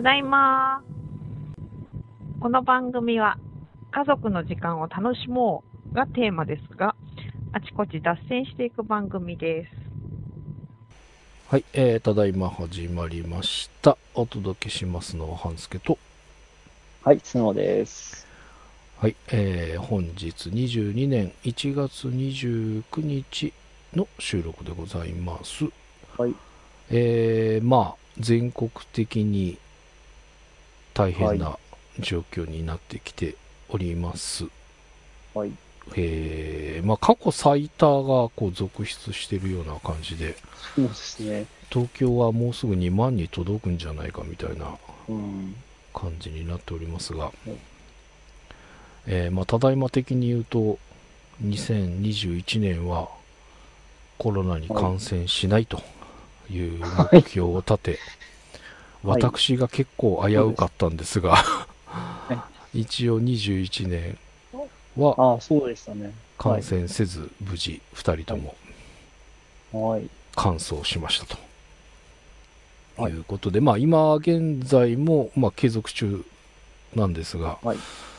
だいま。この番組は家族の時間を楽しもうがテーマですが、あちこち脱線していく番組です。 はい、ただいま始まりました。お届けしますのは半助と、 はい、スノーです。 はい、本日22年1月29日の収録でございます。 はい。 全国的に大変なは状況になってきております。 はい。 過去最多が続出しているような感じで、 そうですね。 東京はもうすぐ2万に届くんじゃないかみたいなうん。 感じになっておりますが、 はいただいま的に言うと2021年はコロナに感染しないという目標を立て、 はい私が結構危うかったんですが、一応21年はそうでしたね。 感染せず無事2人ともはい。 完走しましたとはいいうことで、今現在も継続中なんですが、 はい。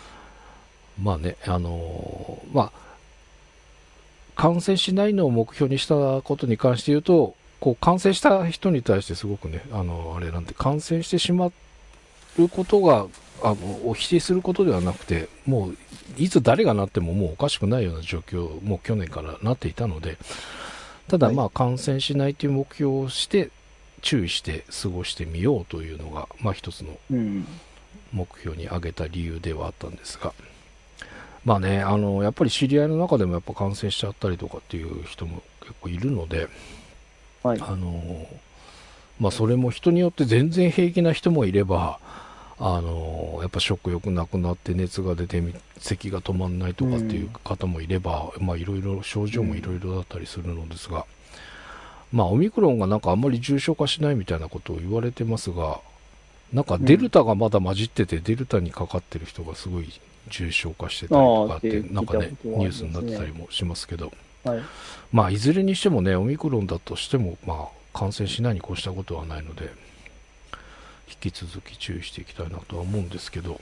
感染しないのを目標にしたことに関して言うと、感染した人に対してすごくね、感染してしまうことが、を否定することではなくて、もう、いつ誰がなってももうおかしくないような状況、もう去年からなっていたので、ただ感染しないという目標をして、注意して過ごしてみようというのが、一つの目標に挙げた理由ではあったんですが、やっぱり知り合いの中でもやっぱ感染しちゃったりとかっていう人も結構いるので、 はい。 それも人によって全然平気な人もいれば、やっぱ食欲なくなって熱が出て咳が止まんないとかっていう方もいれば、いろいろ症状もいろいろだったりするのですが、オミクロンがあんまり重症化しないみたいなことを言われてますが、デルタがまだ混じってて、デルタにかかってる人がすごい重症化してたりとかってニュースになってたりもしますけど、 はい。 いずれにしてもね、オミクロンだとしても感染しないに越したことはないので、引き続き注意していきたいなとは思うんですけど、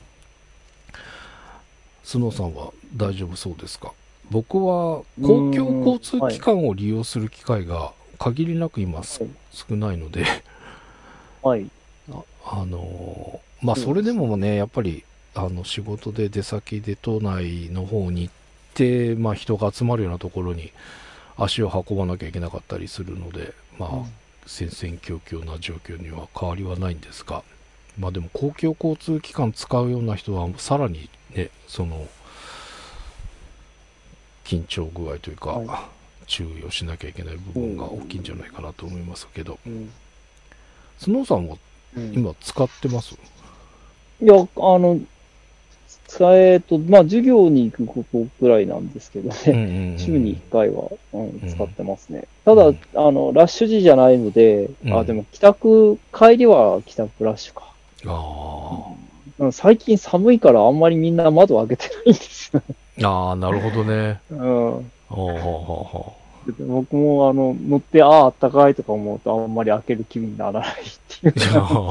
スノーさんは大丈夫そうですか？僕は公共交通機関を利用する機会が限りなく今、少ないのではい。 それでもね、やっぱり仕事で出先で都内の方に行って、人が集まるようなところに足を運ばなきゃいけなかったりするので、戦々恐々な状況には変わりはないんですが、でも公共交通機関使うような人はさらにね、その緊張具合というか、注意をしなきゃいけない部分が大きいんじゃないかなと思いますけど、スノーさんは今使ってます？ いや、授業に行くことくらいなんですけどね。週に1回は、使ってますね。ただ、ラッシュ時じゃないので、でも帰りは帰宅ラッシュか。最近寒いからあんまりみんな窓開けてないんですよ。 なるほどね。 僕も乗って、あったかいとか思うとあんまり開ける気にならないっていう。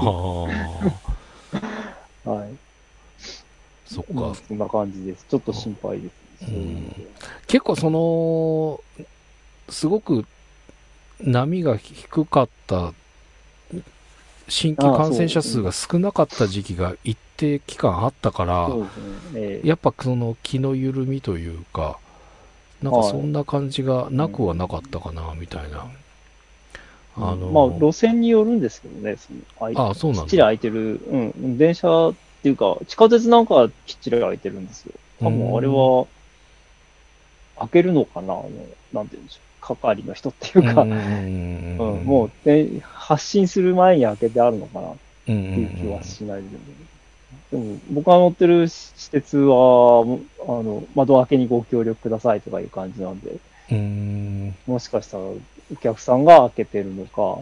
はい。 そっか。 そんな感じです。ちょっと心配です。 結構すごく波が低かった新規感染者数が少なかった時期が一定期間あったから、やっぱその気の緩みというか、そんな感じがなくはなかったかな、みたいな。 路線によるんですけどね、 そうなんだ。 きっちり空いてる、電車っていうか、地下鉄なんかはきっちり空いてるんですよ。多分あれは、開けるのかな、なんていうんでしょう。係の人っていうか、もう、発信する前に開けてあるのかなっていう気はしないでも、僕が乗ってる施設は、窓開けにご協力くださいとかいう感じなんで、もしかしたらお客さんが開けてるのか、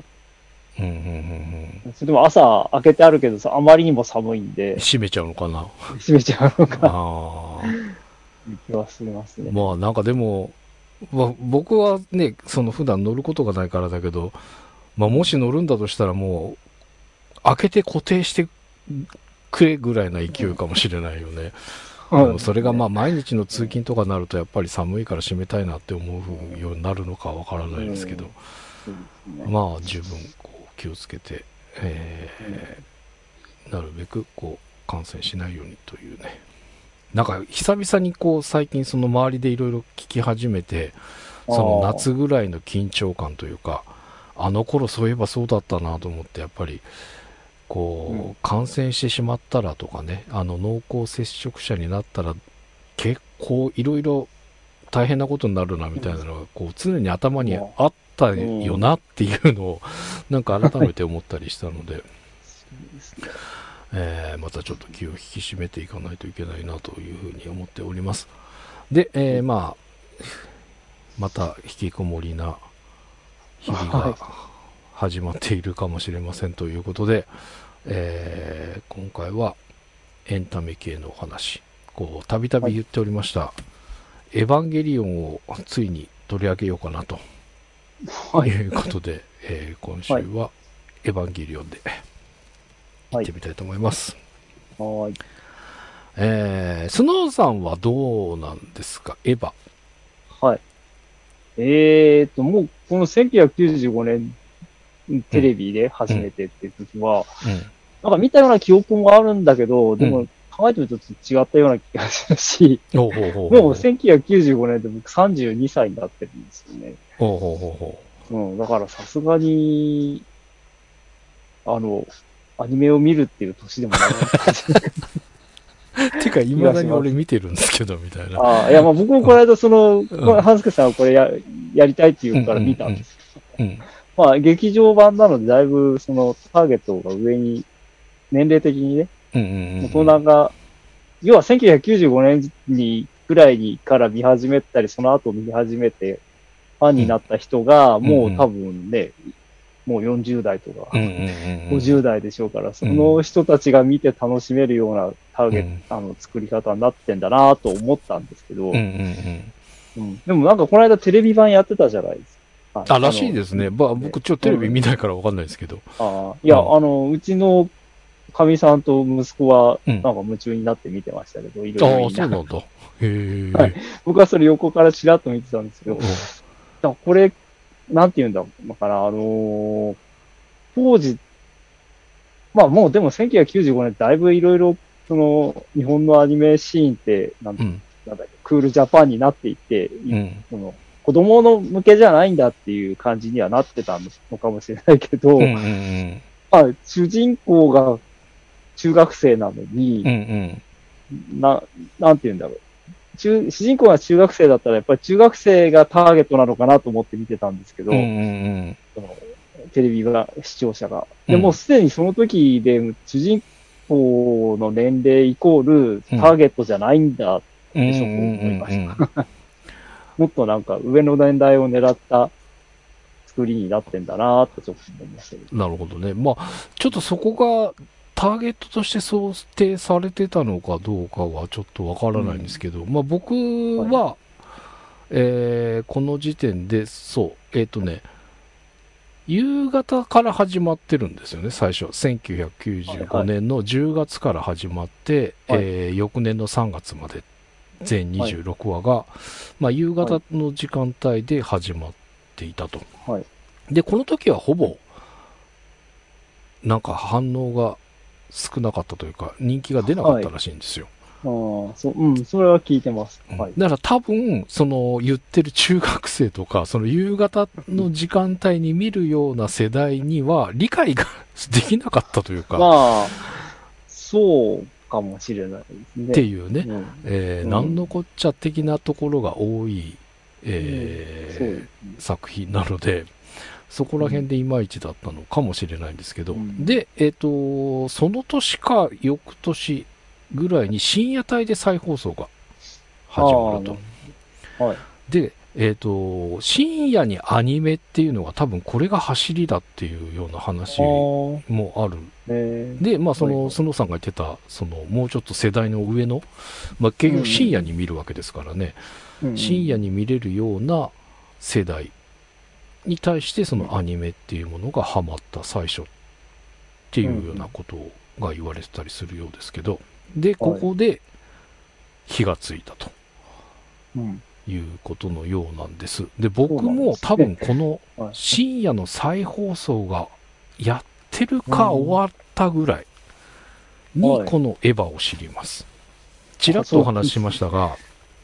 それでも朝開けてあるけどあまりにも寒いんで、 閉めちゃうのかな。 閉めちゃうのか、いう気はしますね。 でも、僕はね、普段乗ることがないからだけど、もし乗るんだとしたらもう、 開けて固定してくれぐらいな勢いかもしれないよね。それがまあ毎日の通勤とかになるとやっぱり寒いから閉めたいなって思うようになるのかわからないですけど、まあ十分こう気をつけて、なるべくこう感染しないようにというね。なんか久々にこう最近その周りでいろいろ聞き始めて、その夏ぐらいの緊張感というか、あの頃そういえばそうだったなと思って、やっぱりこう感染してしまったらとかね、濃厚接触者になったら結構いろいろ大変なことになるなみたいなのがこう常に頭にあったよなっていうのをなんか改めて思ったりしたので、またちょっと気を引き締めていかないといけないなというふうに思っております。で、また引きこもりな日々が始まっているかもしれませんということで、今回はエンタメ系のお話、こうたびたび言っておりました、エヴァンゲリオンをついに取り上げようかなということで、今週はエヴァンゲリオンで行ってみたいと思います。スノーさんはどうなんですか、エヴァ。 はい。もうこの1995年テレビで初めてっていう時は、なんか見たような記憶もあるんだけど、でも考えてみると違ったような気がするし、もう1995年で僕32歳になってるんですよね。だからさすがに、アニメを見るっていう年でもないてか、未だに俺見てるんですけど、みたいな。 いや、まあ僕もこの間ハンスケさんはこれやりたいって言うから見たんですけど、まあ劇場版なのでだいぶターゲットが上に、年齢的にね、大人が、要は1995年にぐらいにから見始めたり、その後見始めて、ファンになった人が、もう多分ね、もう40代とか、50代でしょうから、その人たちが見て楽しめるようなターゲット、作り方になってんだなと思ったんですけど、でもなんかこの間テレビ版やってたじゃないですか。 らしいですね。僕ちょっとテレビ見ないからわかんないですけど。 いや、うちのかみさんと息子は、なんか夢中になって見てましたけど、いろいろ。 そうなんだ。 僕はそれ横からちらっと見てたんですけど、これ、なんて言うんだろうかな、当時、まあもうでも1995年だいぶいろいろ、日本のアニメシーンって、なんだっけ、クールジャパンになっていて、子供の向けじゃないんだっていう感じにはなってたのかもしれないけど、主人公が中学生なのに、なんて言うんだろう。主人公が中学生だったら、やっぱり中学生がターゲットなのかなと思って見てたんですけど、テレビが、視聴者が。でもすでにその時で、主人公の年齢イコールターゲットじゃないんだってちょっと思いました。もっとなんか上の年代を狙った作りになってんだなってちょっと思いましたけど。 なるほどね。まあ、ちょっとそこが、ターゲットとして想定されてたのかどうかはちょっとわからないんですけど、まあ僕は、この時点で、夕方から始まってるんですよね、最初。1995年の10月から始まって、翌年の3月まで、全26話が、まあ夕方の時間帯で始まっていたと。で、この時はほぼ、なんか反応が少なかったというか、人気が出なかったらしいんですよ。 それは聞いてます。 だから多分、言ってる中学生とか、夕方の時間帯に見るような世代には理解ができなかったというか。 まあ、そうかもしれないですね。 っていうね、なんのこっちゃ的なところが多い、作品なので、そこら辺でいまいちだったのかもしれないんですけど、で、その年か翌年ぐらいに深夜帯で再放送が始まると。で、深夜にアニメっていうのが多分これが走りだっていうような話もある。で、まあそのさんが言ってた、もうちょっと世代の上の、まあ結局深夜に見るわけですからね、深夜に見れるような世代に対してそのアニメっていうものがハマった最初っっていうようなことが言われてたりするようですけど、で、ここで火がついたということのようなんです。で、僕も多分この深夜の再放送がやってるか終わったぐらいにこのエヴァを知ります。ちらっとお話ししましたが、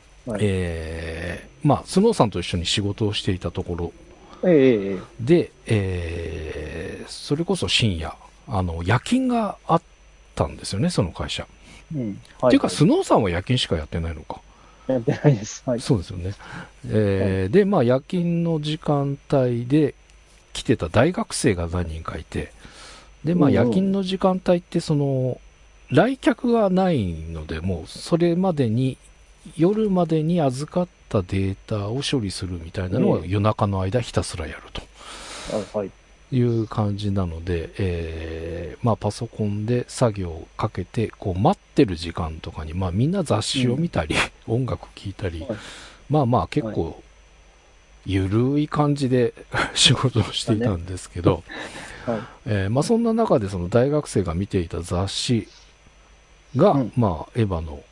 まあ、スノーさんと一緒に仕事をしていたところで、それこそ深夜、夜勤があったんですよね、その会社。っていうか、スノーさんは夜勤しかやってないのか。 やってないです。はい。 そうですよね。で、まあ、夜勤の時間帯で来てた大学生が何人かいて、で、まあ、夜勤の時間帯って、来客がないので、もう、それまでに、夜までに預かったデータを処理するみたいなのは夜中の間ひたすらやるという感じなので、まあ、パソコンで作業をかけてこう待ってる時間とかに、まあ、みんな雑誌を見たり、音楽聴いたり、まあまあ結構ゆるい感じで仕事をしていたんですけど、まあ、そんな中でその大学生が見ていた雑誌が、まあ、エヴァの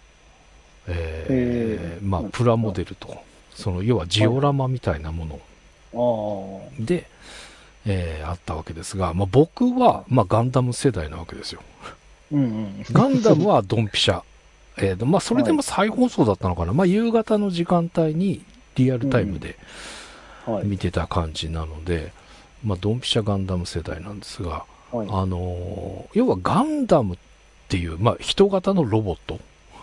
まあ、プラモデルと、要はジオラマみたいなもので、あったわけですが、まあ、僕は、まあ、ガンダム世代なわけですよ。ガンダムはドンピシャ。まあ、それでも再放送だったのかな。まあ、夕方の時間帯にリアルタイムで見てた感じなので、まあ、ドンピシャガンダム世代なんですが、要はガンダムっていう、まあ、人型のロボット。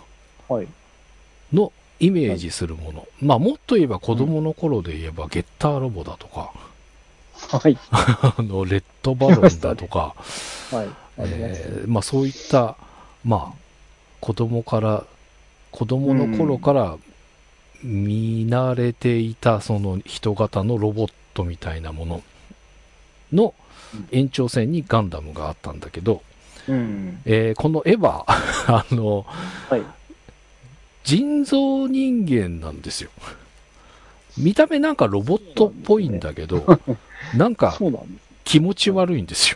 のイメージするもの、まあ、もっと言えば子供の頃で言えばゲッターロボだとか、レッドバロンだとか、まあ、そういった、まあ、子供の頃から見慣れていたその人型のロボットみたいなものの延長線にガンダムがあったんだけど、このエヴァ人造人間なんですよ。見た目なんかロボットっぽいんだけど、なんか気持ち悪いんですよ。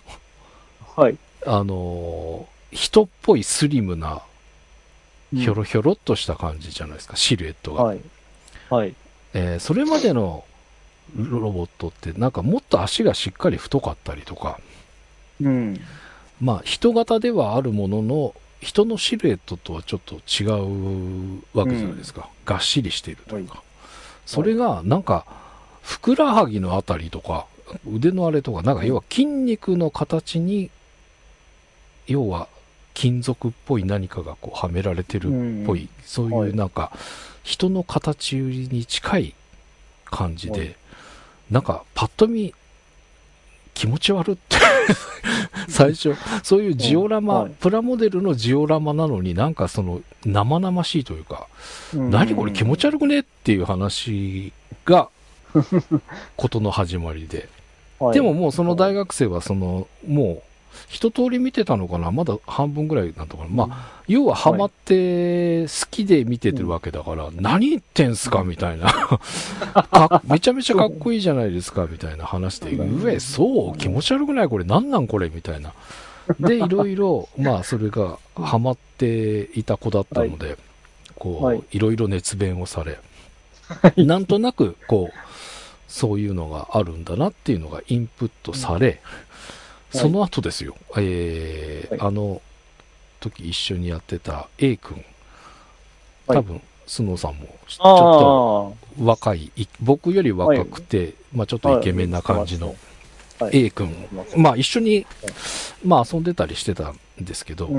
人っぽいスリムな、ひょろひょろっとした感じじゃないですか、シルエットが。それまでのロボットってなんかもっと足がしっかり太かったりとか、まあ人型ではあるものの、人のシルエットとはちょっと違うわけじゃないですか。がっしりしているというか。それが、なんか、ふくらはぎのあたりとか、腕のあれとか、なんか要は筋肉の形に、要は金属っぽい何かがこうはめられてるっぽい、そういうなんか、人の形に近い感じで、なんかパッと見、気持ち悪って最初そういうジオラマ、プラモデルのジオラマなのになんか生々しいというか、何これ気持ち悪くねっていう話がことの始まりで、でももうその大学生はもう一通り見てたのかな、まだ半分ぐらいなんとかな、まあ要はハマって好きで見ててるわけだから、何言ってんすかみたいなめちゃめちゃかっこいいじゃないですかみたいな話で、そう気持ち悪くないこれなんなんこれみたいなでいろいろまあそれがハマっていた子だったので、こういろいろ熱弁をされ、なんとなくこうそういうのがあるんだなっていうのがインプットされ、その後ですよ、あの時一緒にやってた A 君、多分スノーさんもちょっと若い、僕より若くて、まあちょっとイケメンな感じの A 君、まあ一緒に、まあ遊んでたりしてたんですけど、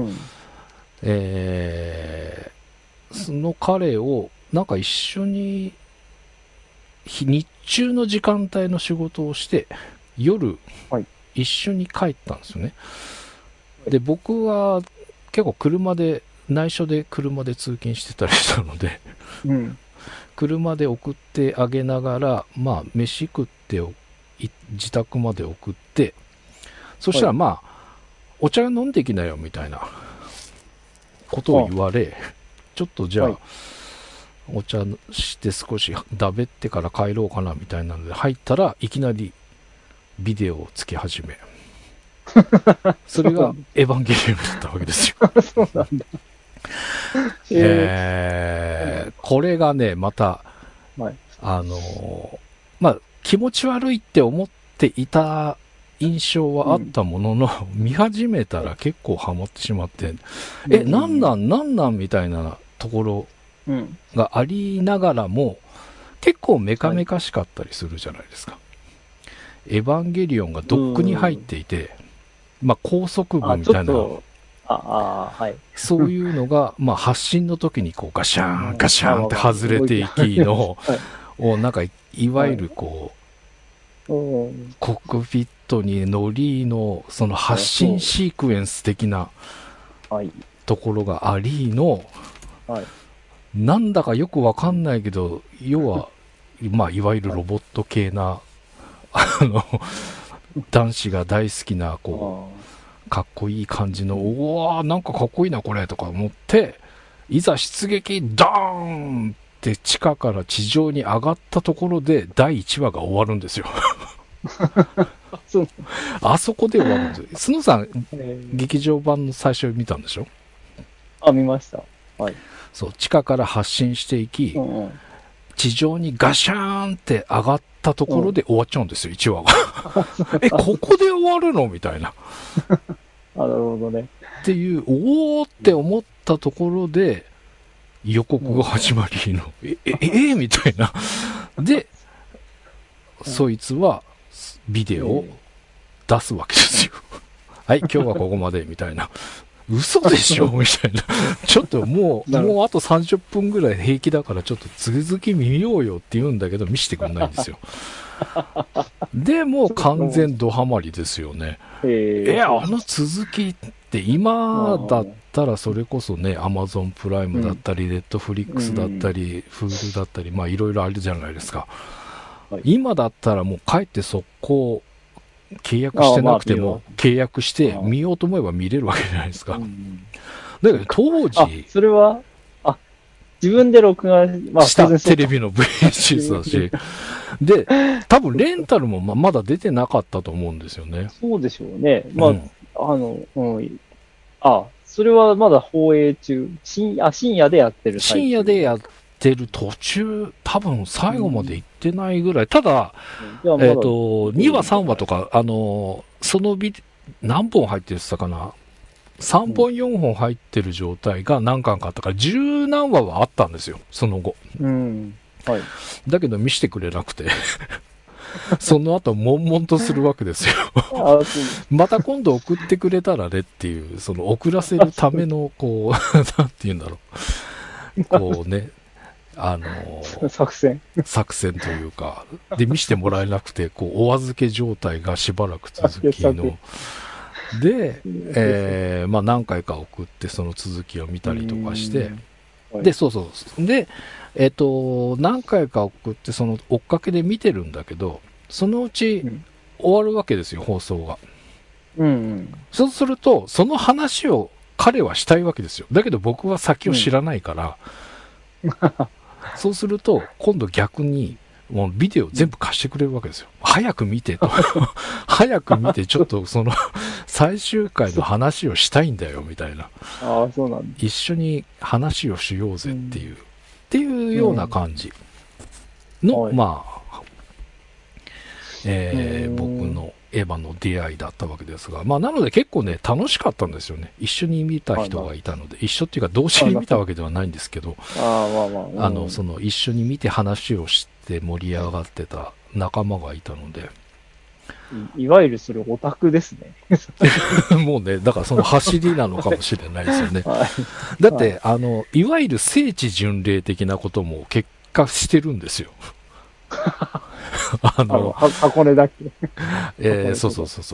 その彼をなんか一緒に日中の時間帯の仕事をして夜、一緒に帰ったんですよね。で、僕は結構内緒で車で通勤してたりしたので、車で送ってあげながら、まあ、飯食って自宅まで送って、そしたらまあ、お茶飲んできなよみたいなことを言われ、ちょっとじゃあ、お茶して少しだべってから帰ろうかなみたいなので入ったらいきなりビデオをつけ始めそれがエヴァンゲリオンだったわけですよ。 そうなんだ。 これがね、また、 はい。 まあ、気持ち悪いって思っていた印象はあったものの、見始めたら結構ハマってしまって、なんなんみたいなところがありながらも、結構メカメカしかったりするじゃないですか。エヴァンゲリオンがドックに入っていて、まあ、高速部みたいな、 はい。 そういうのが、まあ、発進の時にこうガシャーン、ガシャーンって外れていきの、なんか、いわゆるこう、コックピットに乗りの、その発進シークエンス的なところがありの、なんだかよくわかんないけど、要は、まあ、いわゆるロボット系な、男子が大好きな、こう、かっこいい感じの、うわー、なんかかっこいいな、これ、とか思って、いざ出撃、ドーンって地下から地上に上がったところで、第1話が終わるんですよ。あそこで終わるんですよ。スノさん、劇場版の最初見たんでしょ？ 見ました。はい。 そう、地下から発進していき、地上にガシャーンって上がったところで終わっちゃうんですよ、1話が。ここで終わるのみたいな。 なるほどね。 っていう、おーって思ったところで、予告が始まりの、みたいな。で、そいつは、ビデオを出すわけですよ。はい、今日はここまで、みたいな。嘘でしょみたいな。ちょっともうあと30分ぐらい平気だからちょっと続き見ようよって言うんだけど見せてくれないんですよ。でも完全ドハマりですよね。あの続きって今だったらそれこそね、アマゾンプライムだったり、ネットフリックスだったり、フールだったり、まあいろいろあるじゃないですか。今だったらもう帰って速攻、契約してなくても、契約して見ようと思えば見れるわけじゃないですか。だけど当時、 それは、自分で録画、 したテレビの VHS だし、で、多分レンタルもまだ出てなかったと思うんですよね。 そうでしょうね。それはまだ放映中、深夜でやってる。 深夜でやってる途中、多分最後まで行ってないぐらい。ただ、2話、3話とか、その何本入ってるかな ?3 本、4本入ってる状態が何巻かあったから、十何話はあったんですよ、その後。だけど見せてくれなくて。その後、悶々とするわけですよ。また今度送ってくれたらねっていう、その送らせるための、こう、なんて言うんだろう。こうね、 作戦というか、で、見せてもらえなくて、こう、お預け状態がしばらく続きの、で、まあ何回か送って、その続きを見たりとかして、で、で、何回か送って、その追っかけで見てるんだけど、そのうち終わるわけですよ、放送が。そうすると、その話を彼はしたいわけですよ。だけど僕は先を知らないから、そうすると、今度逆に、もうビデオ全部貸してくれるわけですよ。早く見てと。早く見て、ちょっとその、最終回の話をしたいんだよ、みたいな。 そうなんだ。 一緒に話をしようぜっていう、っていうような感じの、まあ、僕のエヴァの出会いだったわけですが、まあ、なので結構ね、楽しかったんですよね。一緒に見た人がいたので、一緒っていうか同時に見たわけではないんですけど、その一緒に見て話をして盛り上がってた仲間がいたので。 いわゆるそれオタクですね。 もうね、だからその走りなのかもしれないですよね。だって、いわゆる聖地巡礼的なことも結果してるんですよ。 箱根だっけそう。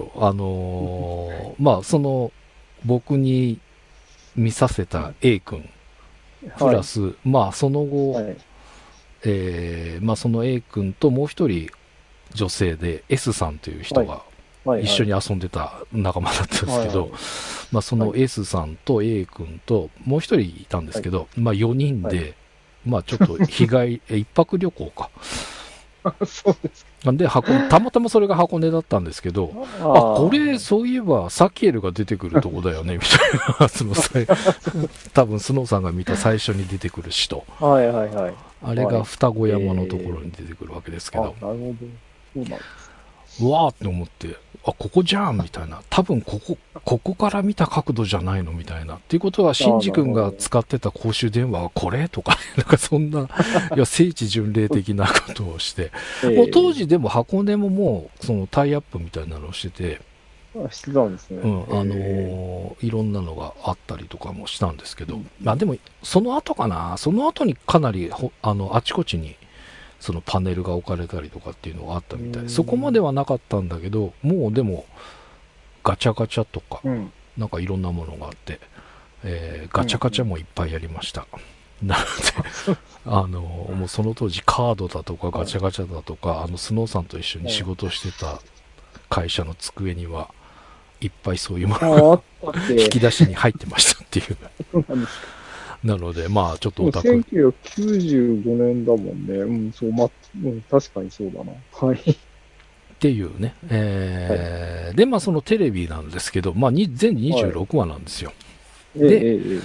まあ、その、僕に見させた A 君、プラス、まあ、その後、まあ、その A 君ともう一人女性で S さんという人が一緒に遊んでた仲間だったんですけど、まあ、その S さんと A 君ともう一人いたんですけど、まあ、4人で、まあ、ちょっと一泊旅行か。 そうですか。 なんで、たまたまそれが箱根だったんですけど、これ、そういえば、サキエルが出てくるとこだよね、みたいな、多分、スノーさんが見た最初に出てくる使徒。 はいはいはい。 あれが双子山のところに出てくるわけですけど、 なるほど。そうなんです。 うわーって思って、ここじゃんみたいな。多分ここから見た角度じゃないのみたいな。っていうことは、シンジ君が使ってた公衆電話はこれとか、なんかそんな、いや、聖地巡礼的なことをして、もう当時でも箱根ももう、そのタイアップみたいなのをしてて、 してたんですね。 いろんなのがあったりとかもしたんですけど、でも、その後かな、その後にかなり、あちこちに、そのパネルが置かれたりとかっていうのがあったみたい。そこまではなかったんだけど、もうでも、ガチャガチャとか、なんかいろんなものがあって、ガチャガチャもいっぱいやりました。なので、もうその当時カードだとかガチャガチャだとか、スノーさんと一緒に仕事してた会社の机には、いっぱいそういうものが引き出しに入ってましたっていう。なので、まあ、ちょっとオタク。 1995年だもんね。そう、確かにそうだな。はい。 っていうね。で、まあ、そのテレビなんですけど、まあ、全26話なんですよ。で、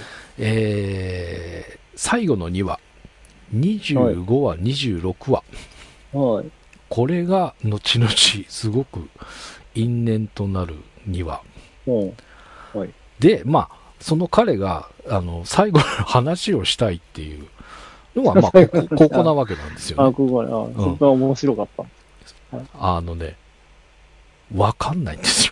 最後の2話、25話、26話。 はい。 これが、後々、すごく因縁となる2話。 はい。 で、まあ、その彼が、最後の話をしたいっていうのは、まあ、ここなわけなんですよね。 ここね。そこは面白かった。 わかんないんですよ。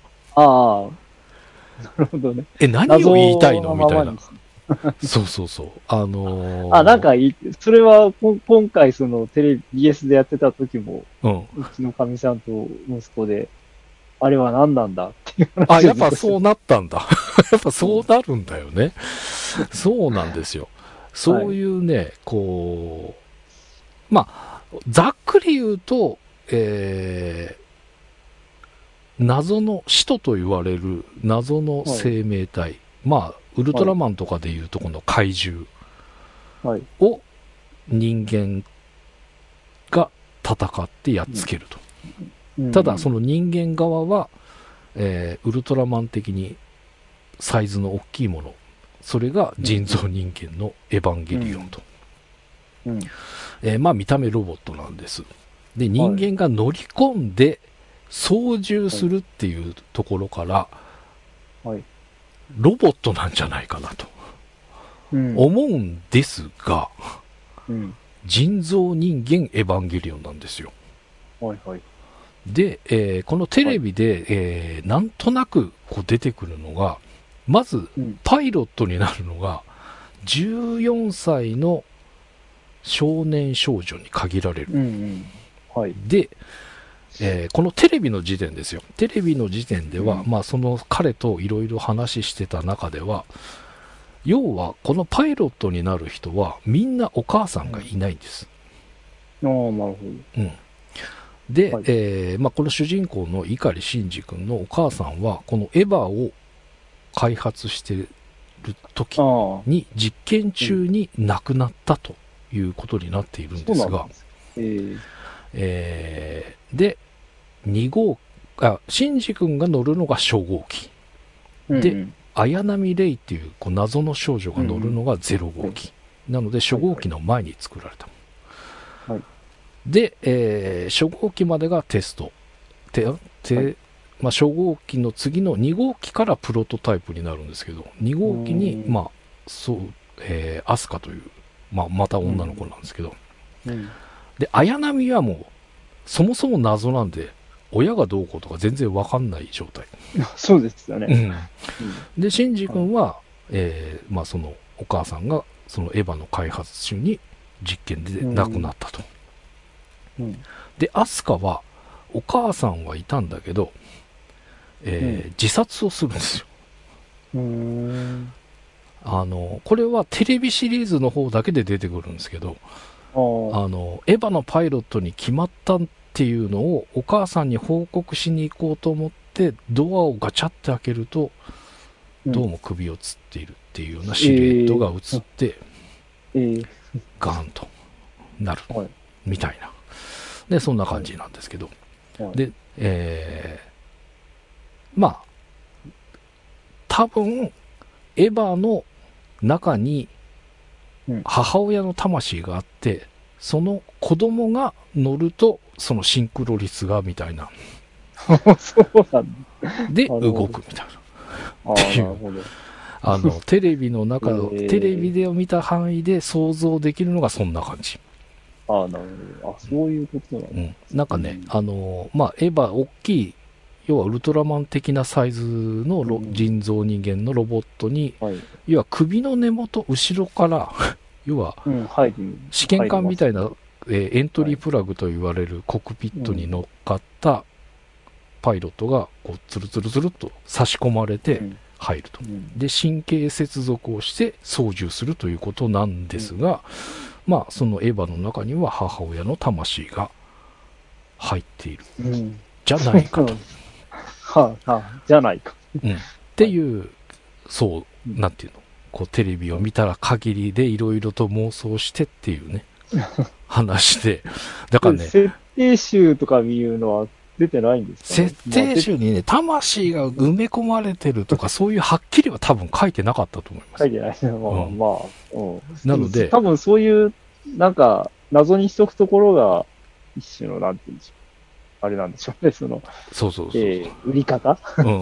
なるほどね。 何を言いたいのみたいな。そうそうそう。 なんかそれは、今回そのテレビ BS でやってた時も、うちのかみさんと息子で、あれは何なんだっていう話。 やっぱそうなったんだ。やっぱそうなるんだよね。そうなんですよ。そういうね、こう、まあ、ざっくり言うと、謎の使徒と言われる謎の生命体、まあ、ウルトラマンとかでいうとこの怪獣を人間が戦ってやっつけると。ただ、その人間側は、ウルトラマン的にサイズの大きいもの、それが人造人間のエヴァンゲリオンと。まあ、見た目ロボットなんです。で、人間が乗り込んで操縦するっていうところから、ロボットなんじゃないかなと思うんですが、人造人間エヴァンゲリオンなんですよ。で、このテレビで、なんとなくこう出てくるのが、まず、パイロットになるのが、14歳の少年少女に限られる。で、このテレビの時点ですよ。テレビの時点では、まあその彼といろいろ話してた中では、要はこのパイロットになる人はみんなお母さんがいないんです。 なるほど。 で、まあこの主人公の碇シンジ君のお母さんは、このエヴァを開発してる時に実験中に亡くなったということになっているんですが、で、シンジ君が乗るのが初号機。で、綾波レイっていう謎の少女が乗るのが0号機。なので、初号機の前に作られた。で、初号機までがテスト。まあ、初号機の次の2号機からプロトタイプになるんですけど、2号機に、まあ、アスカという、また女の子なんですけど、で、綾波はもう、そもそも謎なんで、親がどうこうとか全然わかんない状態。 そうですよね。 で、シンジ君は、まあ、そのお母さんが、そのエヴァの開発中に実験で亡くなったと。で、アスカは、お母さんはいたんだけど、自殺をするんですよ。これはテレビシリーズの方だけで出てくるんですけど、エヴァのパイロットに決まったっていうのをお母さんに報告しに行こうと思ってドアをガチャって開けると、どうも首をつっているっていうようなシルエットが映って、ガーンとなるみたいな。 で、そんな感じなんですけど。 はい、 で、まあ、多分、エヴァの中に母親の魂があって、その子供が乗ると、そのシンクロ率が、みたいな。 そうなんだ。 で、動くみたいな。っていう。テレビの中、テレビで見た範囲で想像できるのがそんな感じ。 なるほど。そういうことなんだ。 なんかね、まあ、エヴァ、大きい、要はウルトラマン的なサイズの人造人間のロボットに、要は首の根元、後ろから、要は、試験管みたいな、エントリープラグと言われるコックピットに乗っかったパイロットが、こう、ツルツルツルっと差し込まれて入ると。で、神経接続をして操縦するということなんですが、まあ、そのエヴァの中には母親の魂が入っている。じゃないかと。 じゃないか。 っていう、そう、なんていうの、こうテレビを見たら限りでいろいろと妄想してっていうね、話で。だからね。 設定集とかいうのは出てないんですかね。 設定集にね、魂が埋め込まれてるとか、そういうはっきりは多分書いてなかったと思います。 書いてない。 なので。 多分そういう、なんか、謎にしとくところが、一種の、なんていうんでしょう。あれなんでしょうね、 そう。 売り方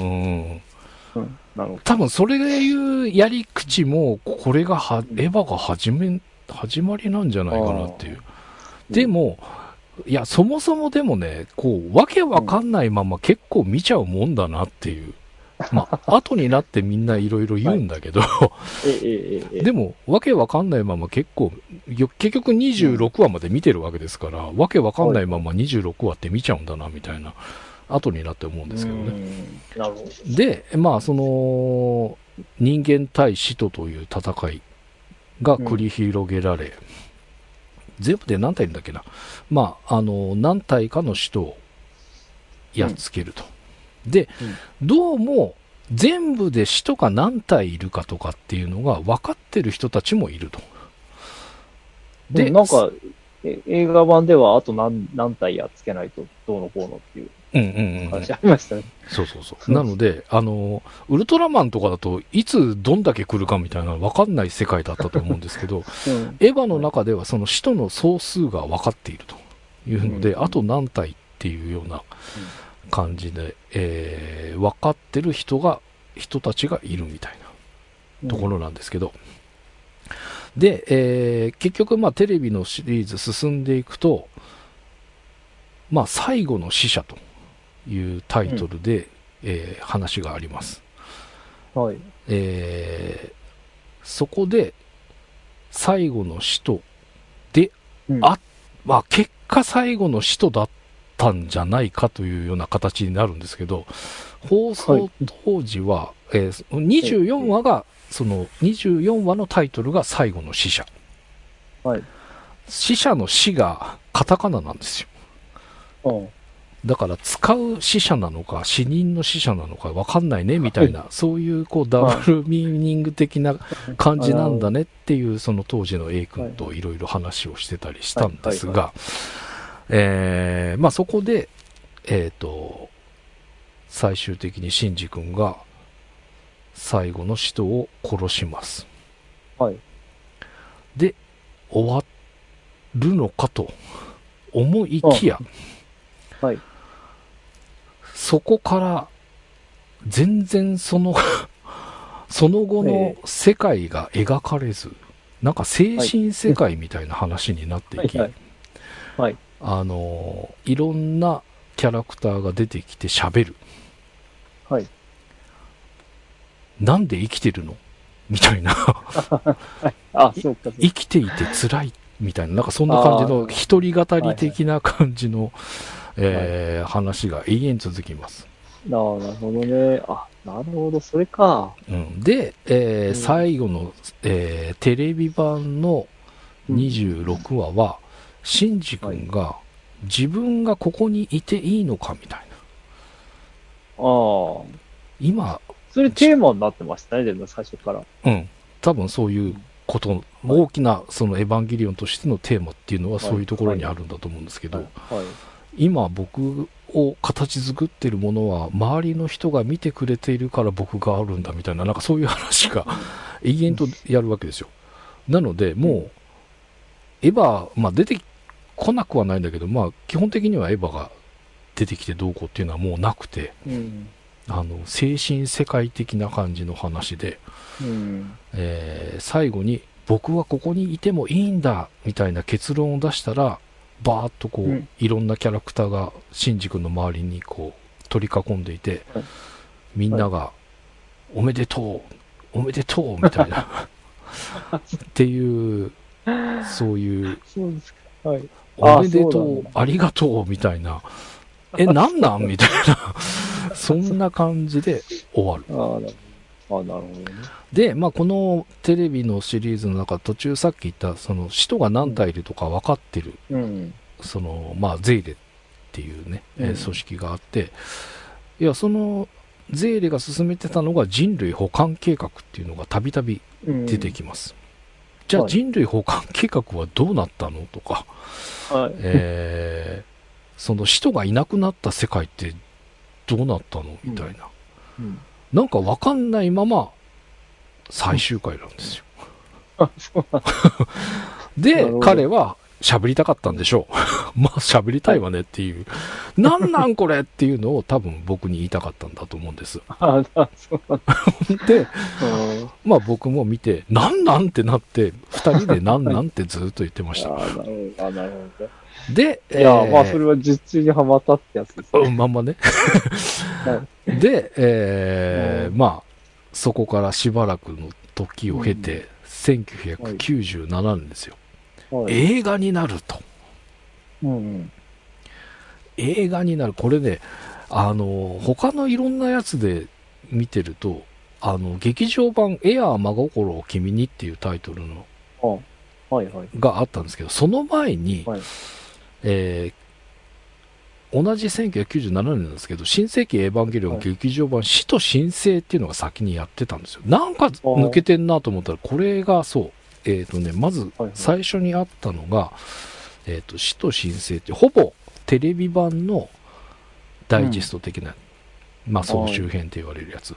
多分それいうやり口も、これがエヴァが始まりなんじゃないかなっていう。でも、いや、そもそもでもね、こう、わけわかんないまま結構見ちゃうもんだなっていう。まあ、後になってみんないろいろ言うんだけど、でも、わけわかんないまま結構、結局26話まで見てるわけですから、わけわかんないまま26話って見ちゃうんだな、みたいな、後になって思うんですけどね。 なるほど。 で、まあ、その、人間対使徒という戦いが繰り広げられ、全部で何体いるんだっけな。まあ、何体かの使徒をやっつけると。で、どうも、全部で使徒が何体いるかとかっていうのが分かってる人たちもいると。 で、なんか、映画版ではあと何体やっつけないとどうのこうのっていう話ありましたね。 そう。なので、ウルトラマンとかだといつどんだけ来るかみたいな分かんない世界だったと思うんですけど、エヴァの中ではその使徒の総数が分かっているというので、あと何体っていうような感じで、分かってる人たちがいるみたいなところなんですけど、で、結局まあテレビのシリーズ進んでいくと、まあ最後の使者というタイトルで、話があります。 はい。 そこで最後の使徒で、まあ結果最後の使徒だったんじゃないかというような形になるんですけど、放送当時は、24話が、その24話のタイトルが最後の使者。使者の死がカタカナなんですよ。だから使う死者なのか死人の死者なのか分かんないねみたいな、そういうこうダブルミーニング的な感じなんだねっていう、その当時の A 君といろいろ話をしてたりしたんですが、まあそこで最終的にシンジ君が最後の使徒を殺します。で終わるのかと思いきや、そこから全然その後の世界が描かれず、なんか精神世界みたいな話になっていき、いろんなキャラクターが出てきて喋る。なんで生きてるのみたいな生きていて辛いみたいな、なんかそんな感じの一人語り的な感じの話が永遠続きます。 なるほどね。なるほど、それか。 で、最後の、テレビ版の26話は、シンジ君が自分がここにいていいのかみたいな。今、 それテーマになってましたね、でも最初から。 多分そういうこと、大きなそのエヴァンゲリオンとしてのテーマっていうのはそういうところにあるんだと思うんですけど、今僕を形作ってるものは周りの人が見てくれているから僕があるんだみたいな、なんかそういう話が永遠とやるわけですよ。なのでもうエヴァ、まあ出てこなくはないんだけど、まあ基本的にはエヴァが出てきてどうこうっていうのはもうなくて、精神世界的な感じの話で、最後に僕はここにいてもいいんだみたいな結論を出したら、バーッとこう、いろんなキャラクターがシンジ君の周りにこう取り囲んでいて、みんながおめでとうおめでとうみたいなっていう、そういう、おめでとうありがとうみたいな、なんなんみたいなそんな感じで終わる。 なるほどね。 で、まあ、このテレビのシリーズの中、途中さっき言った、その使徒が何体いるとか分かってる、その、まあ、ゼイレっていうね、組織があって、いや、その、ゼイレが進めてたのが人類補完計画っていうのがたびたび出てきます。じゃあ、人類補完計画はどうなったのとか、その使徒がいなくなった世界ってどうなったのみたいな。なんか分かんないまま最終回なんですよ。で、彼は喋りたかったんでしょう。まあ喋りたいわねっていう。なんなんこれっていうのを多分僕に言いたかったんだと思うんです。で、まあ僕も見て、なんなんってなって、二人でなんなんってずっと言ってました。 なるほど。 で、 いや、まあそれは実中にはまったってやつですね。 まんまね。で、まあ、そこからしばらくの時を経て、1997年ですよ。映画になると。映画になる。これね、他のいろんなやつで見てると、劇場版エアー真心を君にっていうタイトルの、があったんですけど、その前に、同じ1997年なんですけど、新世紀エヴァンゲリオン劇場版死と新生っていうのが先にやってたんですよ。なんか抜けてんなと思ったら、これがそう、まず最初にあったのが、死と新生って、ほぼテレビ版のダイジェスト的な、まあ総集編って言われるやつ。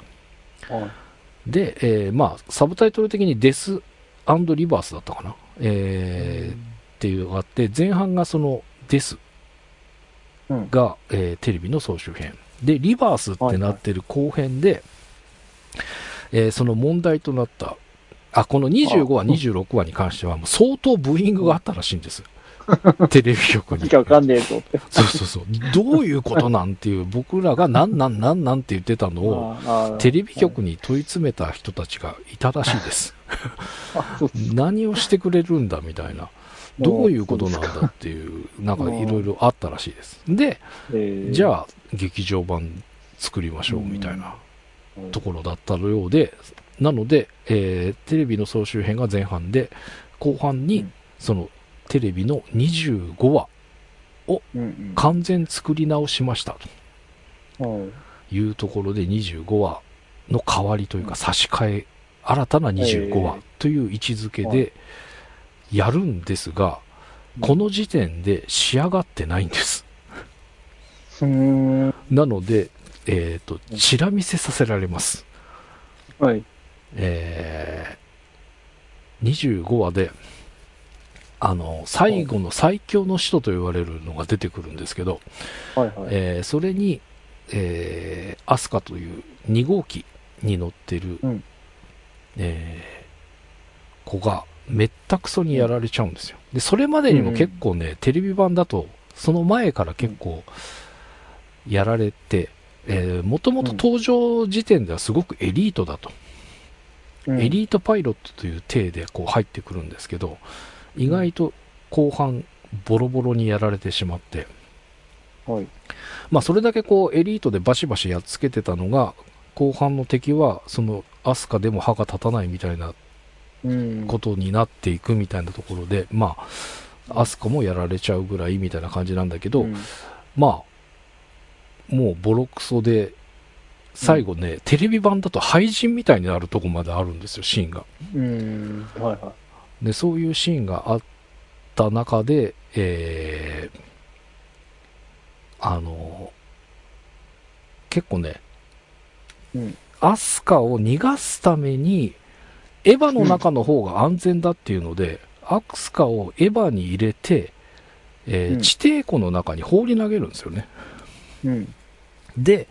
で、まあ、サブタイトル的にデス&リバースだったかな、っていうのがあって、前半がそのデスが、テレビの総集編で、リバースってなってる後編で、その問題となったこの25話26話に関してはもう相当ブーイングがあったらしいんですテレビ局に。 わかんねえぞって。 そうどういうことなんていう、僕らがなんって言ってたのをテレビ局に問い詰めた人たちがいたらしいです何をしてくれるんだみたいな、どういうことなんだっていう、なんかいろいろあったらしいです。で、じゃあ劇場版作りましょうみたいなところだったようで、なので、テレビの総集編が前半で、後半にそのテレビの25話を完全作り直しましたというところで、25話の代わりというか差し替え、新たな25話という位置づけでやるんですが、この時点で仕上がってないんです。なので、チラ見せさせられます。25話で、最後の最強の使徒と言われるのが出てくるんですけど、それに、アスカという2号機に乗ってる、子がめったくそにやられちゃうんですよ。で、それまでにも結構ね、テレビ版だと、その前から結構やられて、もともと登場時点ではすごくエリートだと。エリートパイロットという体でこう入ってくるんですけど、意外と後半ボロボロにやられてしまって、まあそれだけこうエリートでバシバシやっつけてたのが、後半の敵はそのアスカでも歯が立たないみたいなことになっていくみたいなところで、まあアスカもやられちゃうぐらいみたいな感じなんだけど、まあもうボロクソで、最後ね、テレビ版だと廃人みたいになるとこまであるんですよ、シーンが。 で、そういうシーンがあった中で、結構ね、 うん。 アスカを逃がすために、エヴァの中の方が安全だっていうので、アスカをエヴァに入れて、地底湖の中に放り投げるんですよね。 うん。 で、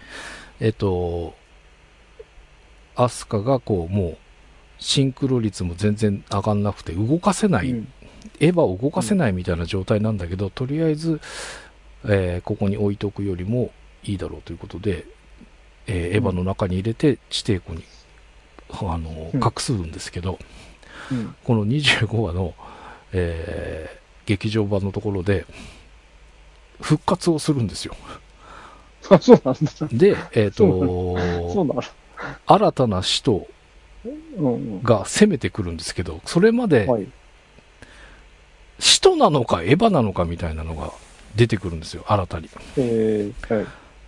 アスカがこう、もう、シンクロ率も全然上がんなくて、動かせない、エヴァを動かせないみたいな状態なんだけど、とりあえず、ここに置いとくよりもいいだろうということで、エヴァの中に入れて地底湖に、隠すんですけど、この25話の、劇場版のところで復活をするんですよ。 あ、そうなんだ。 で、 そうなの。 新たな使徒が攻めてくるんですけど、それまで、使徒なのかエヴァなのかみたいなのが出てくるんですよ、新たに。 はい。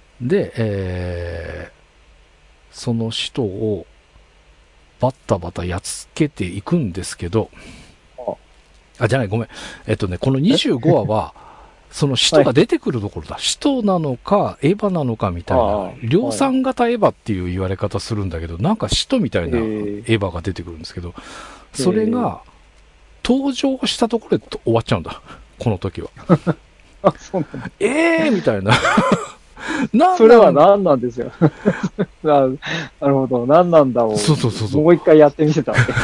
で、その使徒をバッタバタやっつけていくんですけど、じゃない、ごめん。この25話は、その使徒が出てくるところだ。使徒なのか、エヴァなのかみたいな、量産型エヴァっていう言われ方するんだけど、なんか使徒みたいなエヴァが出てくるんですけど、それが、登場したところで終わっちゃうんだ。この時は。 あ、そうなんだ。 みたいな。 それは何なんですよ。なるほど。何なんだを。 そう。 もう一回やってみせたわけ。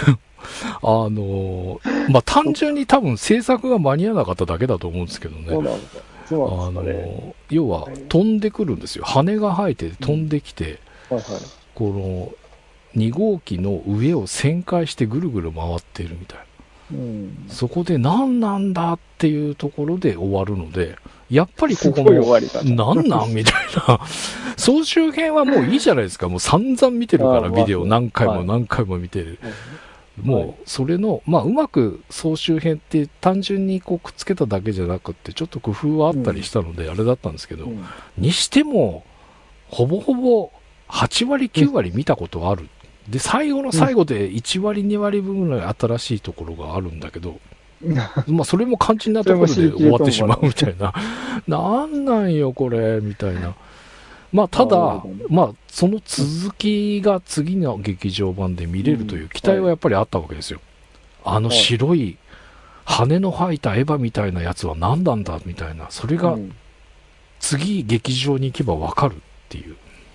単純に多分制作が間に合わなかっただけだと思うんですけどね。 そうなんだ。 要は飛んでくるんですよ。羽が生えて飛んできて、この2号機の上を旋回してぐるぐる回っているみたいな。そこで何なんだっていうところで終わるので、やっぱりここも何なんみたいな。総集編はもういいじゃないですか。もう散々見てるから、ビデオ何回も何回も見てる。もうそれの、うまく総集編って単純にこうくっつけただけじゃなくってちょっと工夫はあったりしたのであれだったんですけど、にしてもほぼほぼ8割9割見たことある。で最後の最後で1割2割分ぐらい新しいところがあるんだけど、それも肝心なところで終わってしまうみたいな。なんなんよこれみたいな。ただ、その続きが次の劇場版で見れるという期待はやっぱりあったわけですよ。白い羽の生えたエヴァみたいなやつは何なんだみたいな。それが次劇場に行けばわかるっていう。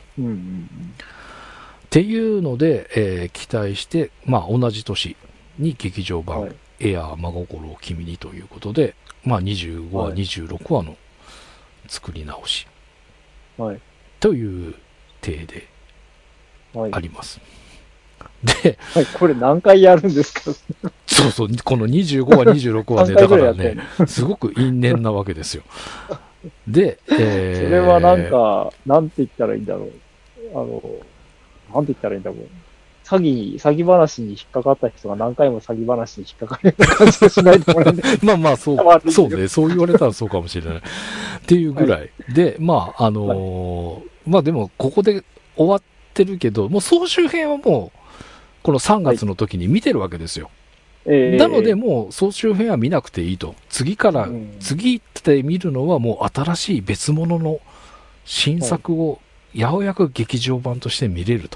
っていうので、期待して、同じ年に劇場版、エアー真心を君にということで、25話、26話の作り直し。という体であります。で、 これ何回やるんですか？ そう、この25話、26話で、だからね、すごく因縁なわけですよ。で、 それはなんか、なんて言ったらいいんだろう。なんて言ったらいいんだろう。詐欺話に引っかかった人が何回も詐欺話に引っかかるような感じがしないと思うんで。そうね、そう言われたらそうかもしれない。っていうぐらい。で、でも、ここで終わってるけど、もう総集編はもう、この3月の時に見てるわけですよ。なので、もう総集編は見なくていいと。次って見るのはもう新しい別物の新作を、ようやく劇場版として見れると。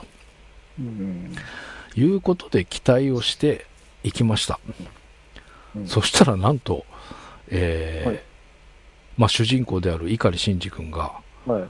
いうことで期待をしていきました。そしたらなんと、主人公である碇シンジ君が、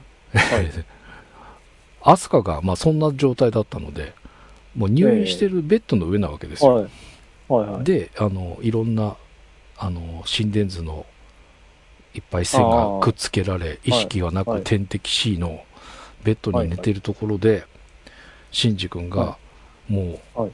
アスカがそんな状態だったので、もう入院してるベッドの上なわけですよ。で、いろんな心電図のいっぱい線がくっつけられ、意識がなく点滴 C のベッドに寝てるところで、シンジ君が、もう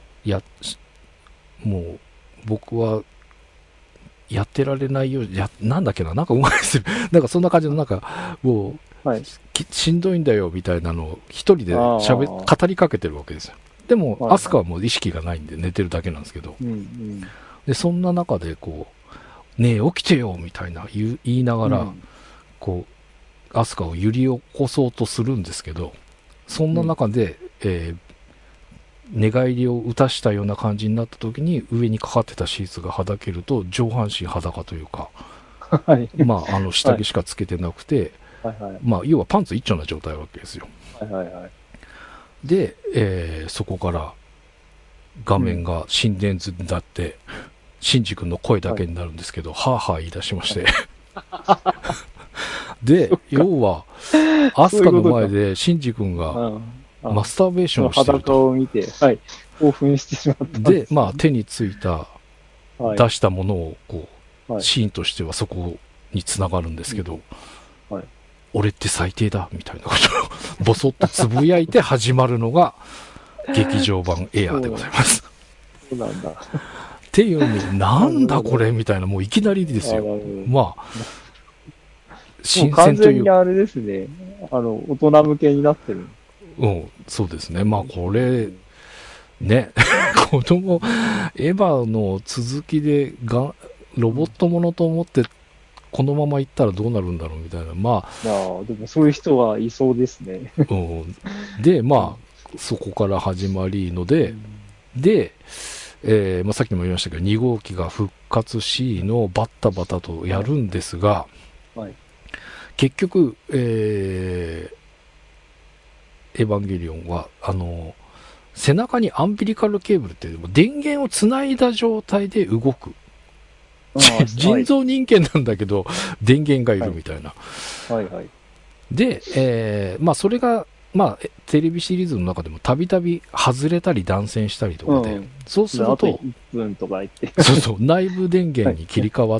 僕はやってられないよ、なんだっけな、なんかうまいでする。なんかそんな感じの、なんか、もう、しんどいんだよ、みたいなのを一人で語りかけてるわけですよ。でも、アスカはもう意識がないんで寝てるだけなんですけど。で、そんな中で、ねえ、起きてよ、みたいな言いながら、アスカを揺り起こそうとするんですけど、そんな中で、 寝返りを打たしたような感じになった時に上にかかってたシーツがはだけると上半身裸というか、 はい。 まあ、下着しかつけてなくて、 はいはい。 まあ、要はパンツ一丁な状態わけですよ。 はいはいはい。 で、そこから画面が心電図になって、シンジ君の声だけになるんですけど、はぁはぁ言い出しまして。で、要は、アスカの前でシンジ君がマスターベーションをしてる裸と。 を見て、はい。興奮してしまったんで、 す。 まあ、手についた、 はい、 出したものを、こう、 はい、 シーンとしてはそこに繋がるんですけど、 はい、 俺って最低だ、みたいなことを、ボソッとつぶやいて始まるのが、劇場版エアーでございます。 そうなんだ。 っていうのに、なんだこれみたいな、もういきなりですよ。まあ、 新鮮というか。完全にあれですね。大人向けになってる。 うん、そうですね。まあ、これ、ね、子供、エヴァの続きでロボットものと思って、このまま行ったらどうなるんだろうみたいな。まあ、 でもそういう人はいそうですね。 うん、で、まあ、そこから始まりので、で、まあ、さっきも言いましたけど、2号機が復活しのバッタバタとやるんですが、 はい、 結局、エヴァンゲリオンは、背中にアンビリカルケーブルって電源をつないだ状態で動く。人造人間なんだけど、電源がいるみたいな。 はいはい。 で、まあそれが、まあテレビシリーズの中でもたびたび外れたり断線したりとかで、そうすると、 あと1分とか言って。 そうそう、内部電源に切り替わって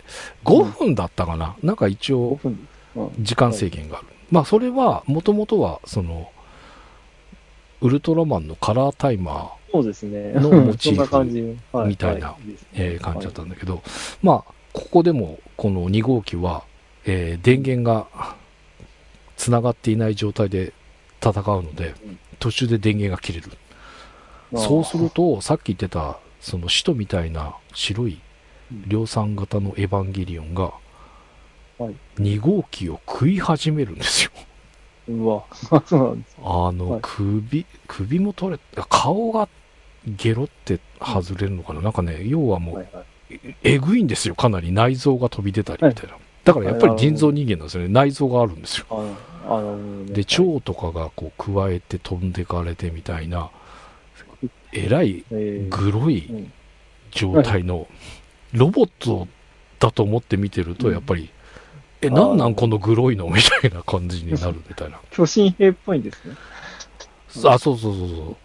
、5分だったかな、なんか一応、時間制限がある。まあそれは、もともとは、ウルトラマンのカラータイマーのモチーフみたいな感じだったんだけど、まあ、ここでもこの2号機は、電源が繋がっていない状態で戦うので、途中で電源が切れる。そうすると、さっき言ってた、その使徒みたいな白い量産型のエヴァンゲリオンが、2号機を食い始めるんですよ。 うわ、そうなんです。 首も取れ、顔がゲロって外れるのかな、なんかね、要はもう、えぐいんですよ、かなり内臓が飛び出たりみたいな。だからやっぱり人造人間なんですよね、内臓があるんですよ。で、腸とかがこう加えて飛んでかれてみたいな、えらいグロい状態の、ロボットだと思って見てると、やっぱり、なんこのグロいのみたいな感じになるみたいな。 巨神兵っぽいんですね。 あ、そうそうそうそう。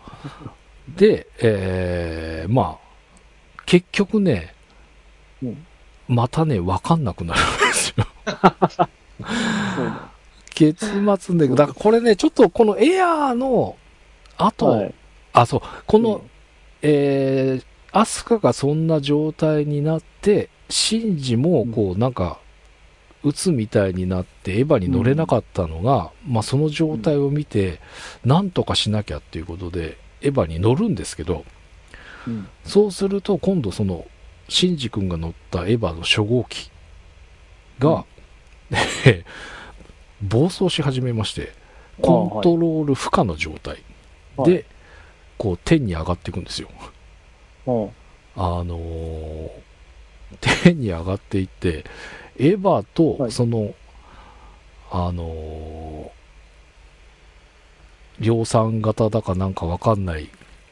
で、まあ、結局ね、またね、わかんなくなるんですよ。結末で、だからこれね、ちょっとこのエアーの後、そう、この、アスカがそんな状態になって、シンジもこう、なんか、鬱みたいになってエヴァに乗れなかったのが、まあその状態を見て、なんとかしなきゃっていうことで、エヴァに乗るんですけど、そうすると今度その、シンジ君が乗ったエヴァの初号機が、暴走し始めまして、コントロール不可の状態で、こう天に上がっていくんですよ。天に上がっていって、エヴァと、その、量産型だかなんかわかんない、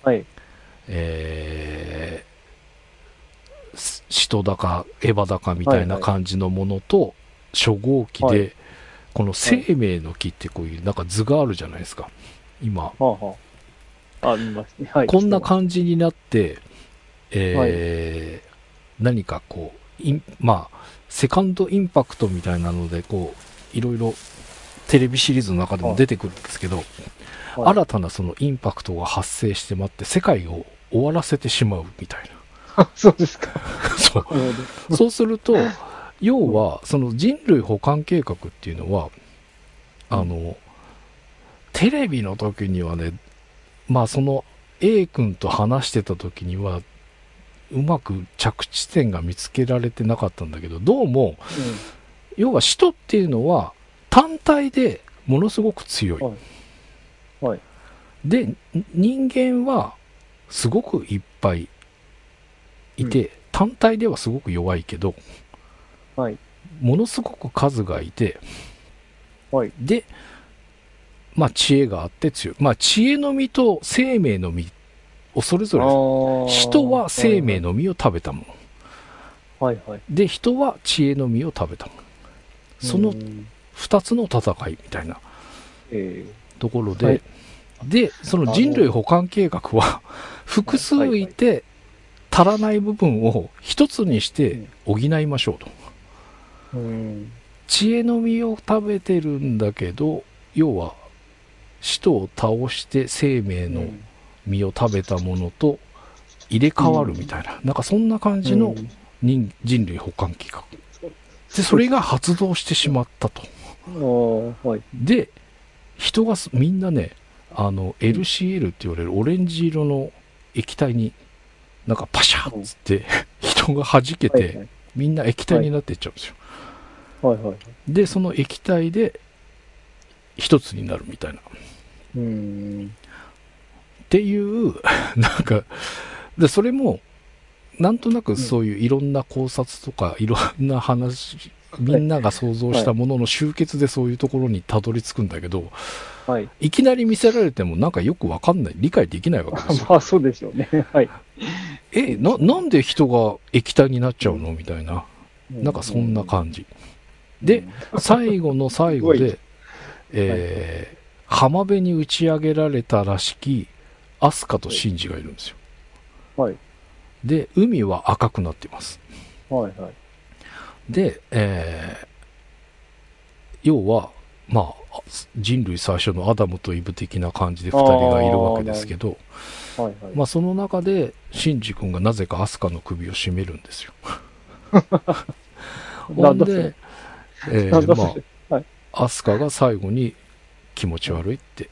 使徒だかエヴァだかみたいな感じのものと、初号機で、この生命の木ってこういうなんか図があるじゃないですか。今。こんな感じになって、何かこう、まあ、セカンドインパクトみたいなので、こう、いろいろテレビシリーズの中でも出てくるんですけど、新たなそのインパクトが発生してまって、世界を終わらせてしまうみたいな。そうですか。 そう。そうすると、要は、その人類補完計画っていうのは、テレビの時にはね、まあその A 君と話してた時には、うまく着地点が見つけられてなかったんだけど、どうも、要は使徒っていうのは単体でものすごく強い。 で、人間はすごくいっぱいいて、単体ではすごく弱いけど、 はい。 ものすごく数がいて、 はい。 で、まあ知恵があって強い。まあ知恵の実と生命の実をそれぞれ、人は生命の実を食べたもの。 はいはい。 で、人は知恵の実を食べたもの。その二つの戦いみたいなところで、 はい、 で、その人類補完計画は、複数いて足らない部分を一つにして補いましょうと。知恵の実を食べてるんだけど、要は、使徒を倒して生命の実を食べたものと入れ替わるみたいな、なんかそんな感じの人類補完計画。で、それが発動してしまったと。 はい、 で、人がみんなね、LCL って言われるオレンジ色の液体になんかパシャッつって人が弾けてみんな液体になっていっちゃうんですよ。 はいはい、 で、その液体で一つになるみたいな。っていう、なんか、で、それも、なんとなくそういういろんな考察とか、いろんな話、みんなが想像したものの集結でそういうところにたどり着くんだけど、 はい、 いきなり見せられてもなんかよくわかんない、理解できないわけですよ。 まあそうでしょうね。はい。 なんで人が液体になっちゃうのみたいな。なんかそんな感じ。で、最後の最後で、浜辺に打ち上げられたらしき、アスカとシンジがいるんですよ。 はい。 で、海は赤くなっています。 はいはい。 で、要は、まあ、人類最初のアダムとイブ的な感じで2人がいるわけですけど、 はいはい、 まあその中で、シンジ君がなぜかアスカの首を絞めるんですよ。ほんで、まあ、アスカが最後に気持ち悪いって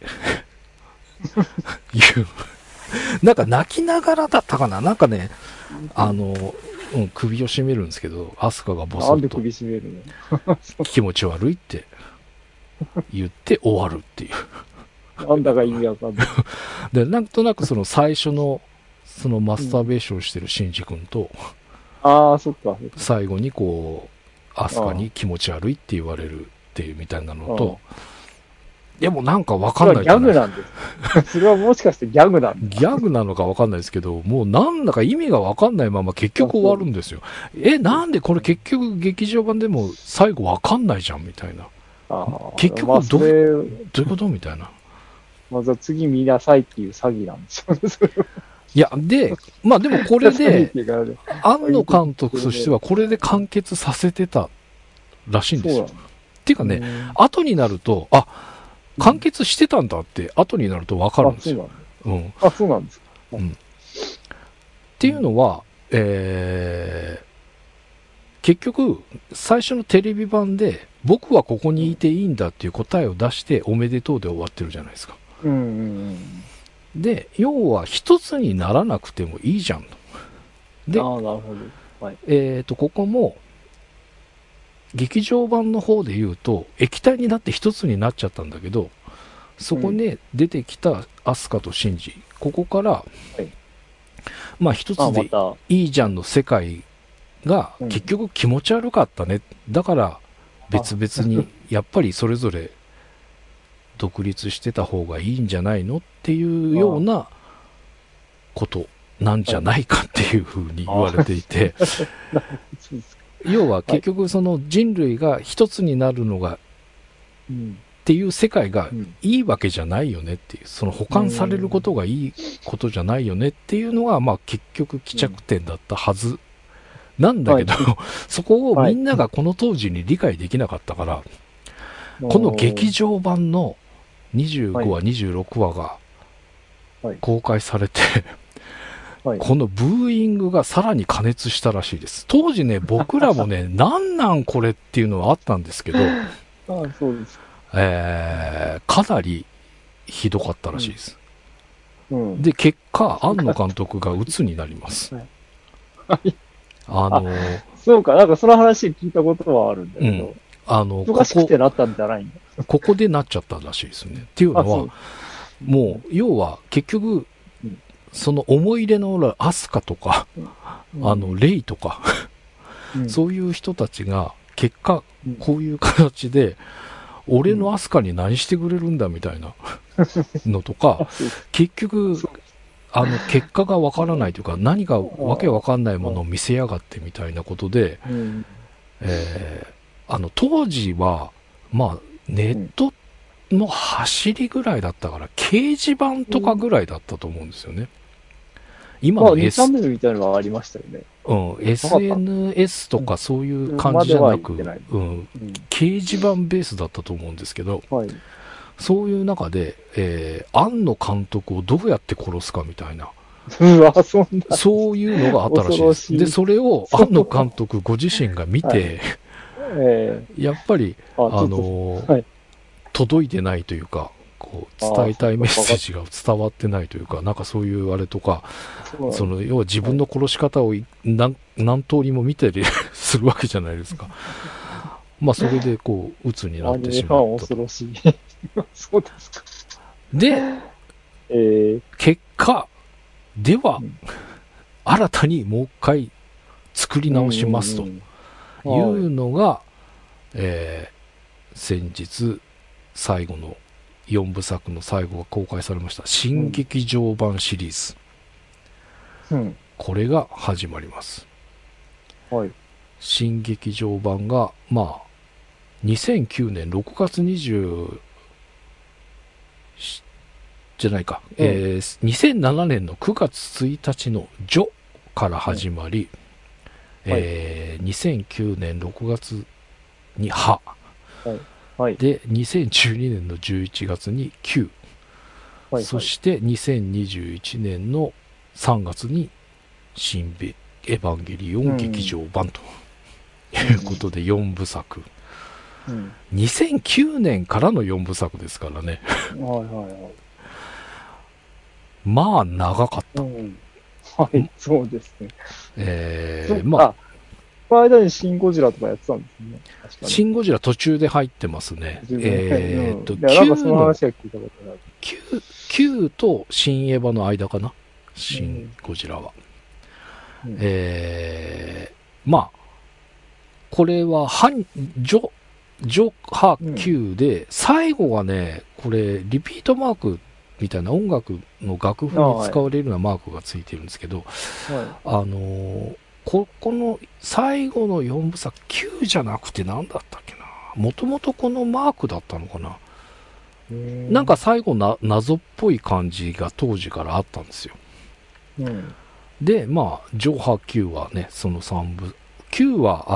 言う。なんか泣きながらだったかな、なんかね、首を絞めるんですけど、アスカがボソッと。 なんで首絞めるの気持ち悪いって言って終わるっていう。 なんだか意味わかんない。 で、なんとなくその最初の、そのマスターベーションしてるシンジ君と、 ああ、そっか。 最後にこう、アスカに気持ち悪いって言われるっていうみたいなのと、でもなんかわかんないじゃないギャグなんです。それはもしかしてギャグなんギャグなのかわかんないですけど、もうなんだか意味がわかんないまま結局終わるんですよ。なんでこれ結局劇場版でも最後わかんないじゃんみたいな。結局どういうことみたいな。 まずは次見なさいっていう詐欺なんですよね、それは。 いや、で、まあでもこれで、庵野監督としてはこれで完結させてたらしいんですよ。っていうかね、後になると、完結してたんだって後になると分かるんですよ。 そうなんですか。 っていうのは、結局、最初のテレビ版で、僕はここにいていいんだっていう答えを出して、おめでとうで終わってるじゃないですか。で、要は一つにならなくてもいいじゃんと。で、 なるほど。はい、 ここも、劇場版の方で言うと、液体になって一つになっちゃったんだけど、そこで出てきたアスカとシンジ、ここから、まあ一つでいいじゃんの世界が結局気持ち悪かったね。だから別々にやっぱりそれぞれ独立してた方がいいんじゃないのっていうようなことなんじゃないかっていうふうに言われていて、要は結局その人類が一つになるのがっていう世界がいいわけじゃないよねっていう、その補完されることがいいことじゃないよねっていうのがまあ結局帰着点だったはずなんだけど、そこをみんながこの当時に理解できなかったから、この劇場版の25話、26話が公開されて、このブーイングがさらに加熱したらしいです。当時ね、僕らもね、なんなんこれっていうのはあったんですけど、 そうですかなりひどかったらしいです。で、結果、庵野監督が鬱になります。 そうか、なんかその話聞いたことはあるんだけど、忙しくてなったんじゃないんだ。 ここでなっちゃったらしいですね。っていうのは、 もう、要は結局、その思い入れのあるアスカとか、レイとか、そういう人たちが、結果、こういう形で、俺のアスカに何してくれるんだみたいなのとか、結局、結果がわからないというか、何かわけわかんないものを見せやがってみたいなことで、当時は、まあ、ネットの走りぐらいだったから、掲示板とかぐらいだったと思うんですよね。今の 2チャンネルみたいなのがありましたよね。 SNS とかそういう感じじゃなく、掲示板ベースだったと思うんですけど、そういう中で、庵野監督をどうやって殺すかみたいな。そういうのがあったらしいです。で、それを庵野監督ご自身が見て、やっぱり、届いてないというか、こう伝えたいメッセージが伝わってないというか、なんかそういうあれとか、要は自分の殺し方を何通りも見たりするわけじゃないですか。まあそれでこう、鬱になってしまった。 恐ろしい。そうですか。 で、結果では、新たにもう一回作り直しますというのが、先日最後の4部作の最後が公開されました新劇場版シリーズ、これが始まります。新劇場版がまあ2009年6月20じゃないか、2007年の9月1日のジョから始まり、2009年6月にハ、で2012年の11月に Q、そして2021年の3月に新エヴァンゲリオン劇場版ということで4部作、2009年からの4部作ですからね。まあ長かった。 そうですね。 まあこの間にシン・ゴジラとかやってたんですね。 シン・ゴジラ途中で入ってますね。 Q と新エヴァの間かな。シン・ゴジラは。まあ、これは、ジョハ Q で、最後がね、これ、リピートマークみたいな音楽の楽譜に使われるようなマークがついてるんですけど、この最後の4部作、9じゃなくて何だったっけな。もともとこのマークだったのかな。なんか最後謎っぽい感じが当時からあったんですよ。で、まあ、ジョハ9はね、その3部。9は、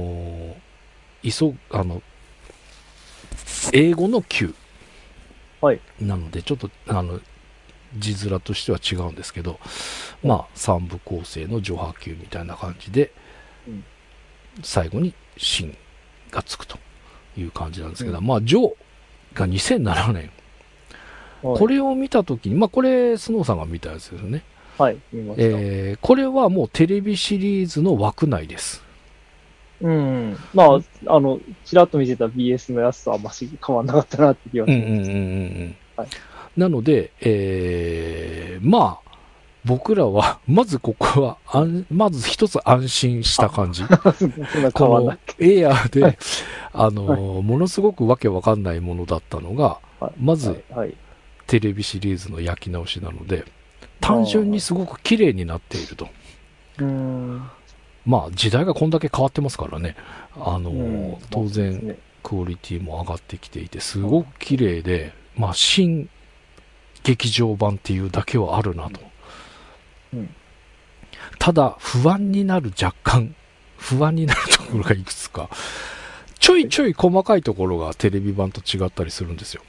英語の9。なので、ちょっと、字面としては違うんですけど、まあ3部構成のジョハ Q みたいな感じで、最後にシンがつくという感じなんですけど、まあジョが2007年、これを見たときに、まあこれスノーさんが見たやつですよね。 見ました。 これはもうテレビシリーズの枠内です。 まあちらっと見てた BS のやつとあんまし変わんなかったなって気がします。 なので、まあ、僕らは、まずここは、まず一つ安心した感じ。このエアーで、ものすごくわけわかんないものだったのが、まず、テレビシリーズの焼き直しなので、単純にすごく綺麗になっていると。まあ、時代がこんだけ変わってますからね。当然、クオリティも上がってきていて、すごく綺麗で、まあ、新劇場版っていうだけはあるなと。ただ、若干、不安になるところがいくつか、ちょいちょい細かいところがテレビ版と違ったりするんですよ。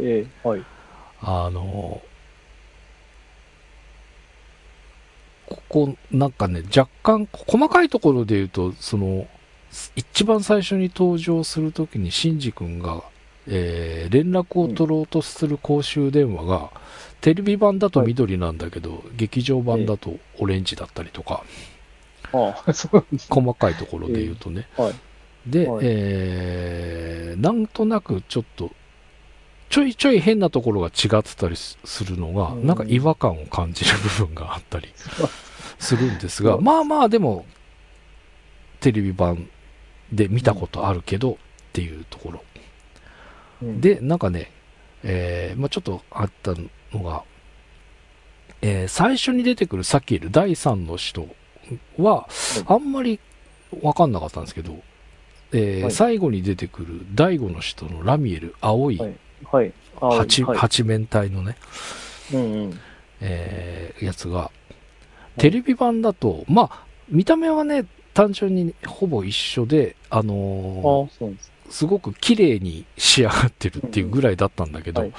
ここ、なんかね、若干、細かいところで言うと、一番最初に登場するときに、シンジ君が、連絡を取ろうとする公衆電話が、テレビ版だと緑なんだけど、劇場版だとオレンジだったりとか、細かいところで言うとね。で、なんとなくちょっとちょいちょい変なところが違ってたりするのが、なんか違和感を感じる部分があったりするんですが、まあまあでも、テレビ版で見たことあるけどっていうところ。で、なんかね、まあちょっとあったのが、最初に出てくるサキエル、第3の人は、あんまりわかんなかったんですけど、最後に出てくる第5の人のラミエル、青い、八面体のね、やつが、テレビ版だと、まあ、見た目はね、単純にほぼ一緒で、すごく綺麗に仕上がってるっていうぐらいだったんだけど、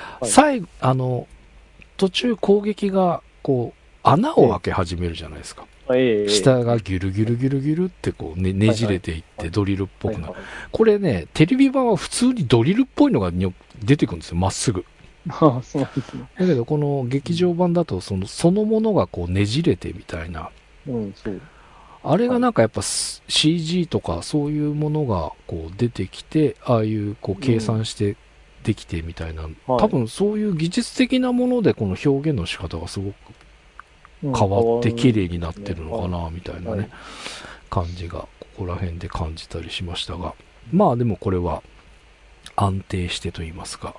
途中攻撃が、こう、穴を開け始めるじゃないですか。下がギュルギュルギュルギュルってこうねじれていってドリルっぽくなる。これね、テレビ版は普通にドリルっぽいのが出てくるんですよ、まっすぐ。 そうですね。 だけど、この劇場版だとそのものがこうねじれてみたいな。あれがなんかやっぱ CG とかそういうものがこう出てきて、ああいうこう計算してできてみたいな、多分そういう技術的なものでこの表現の仕方がすごく変わって綺麗になってるのかなみたいなね、感じがここら辺で感じたりしましたが、まあでもこれは安定してと言いますか、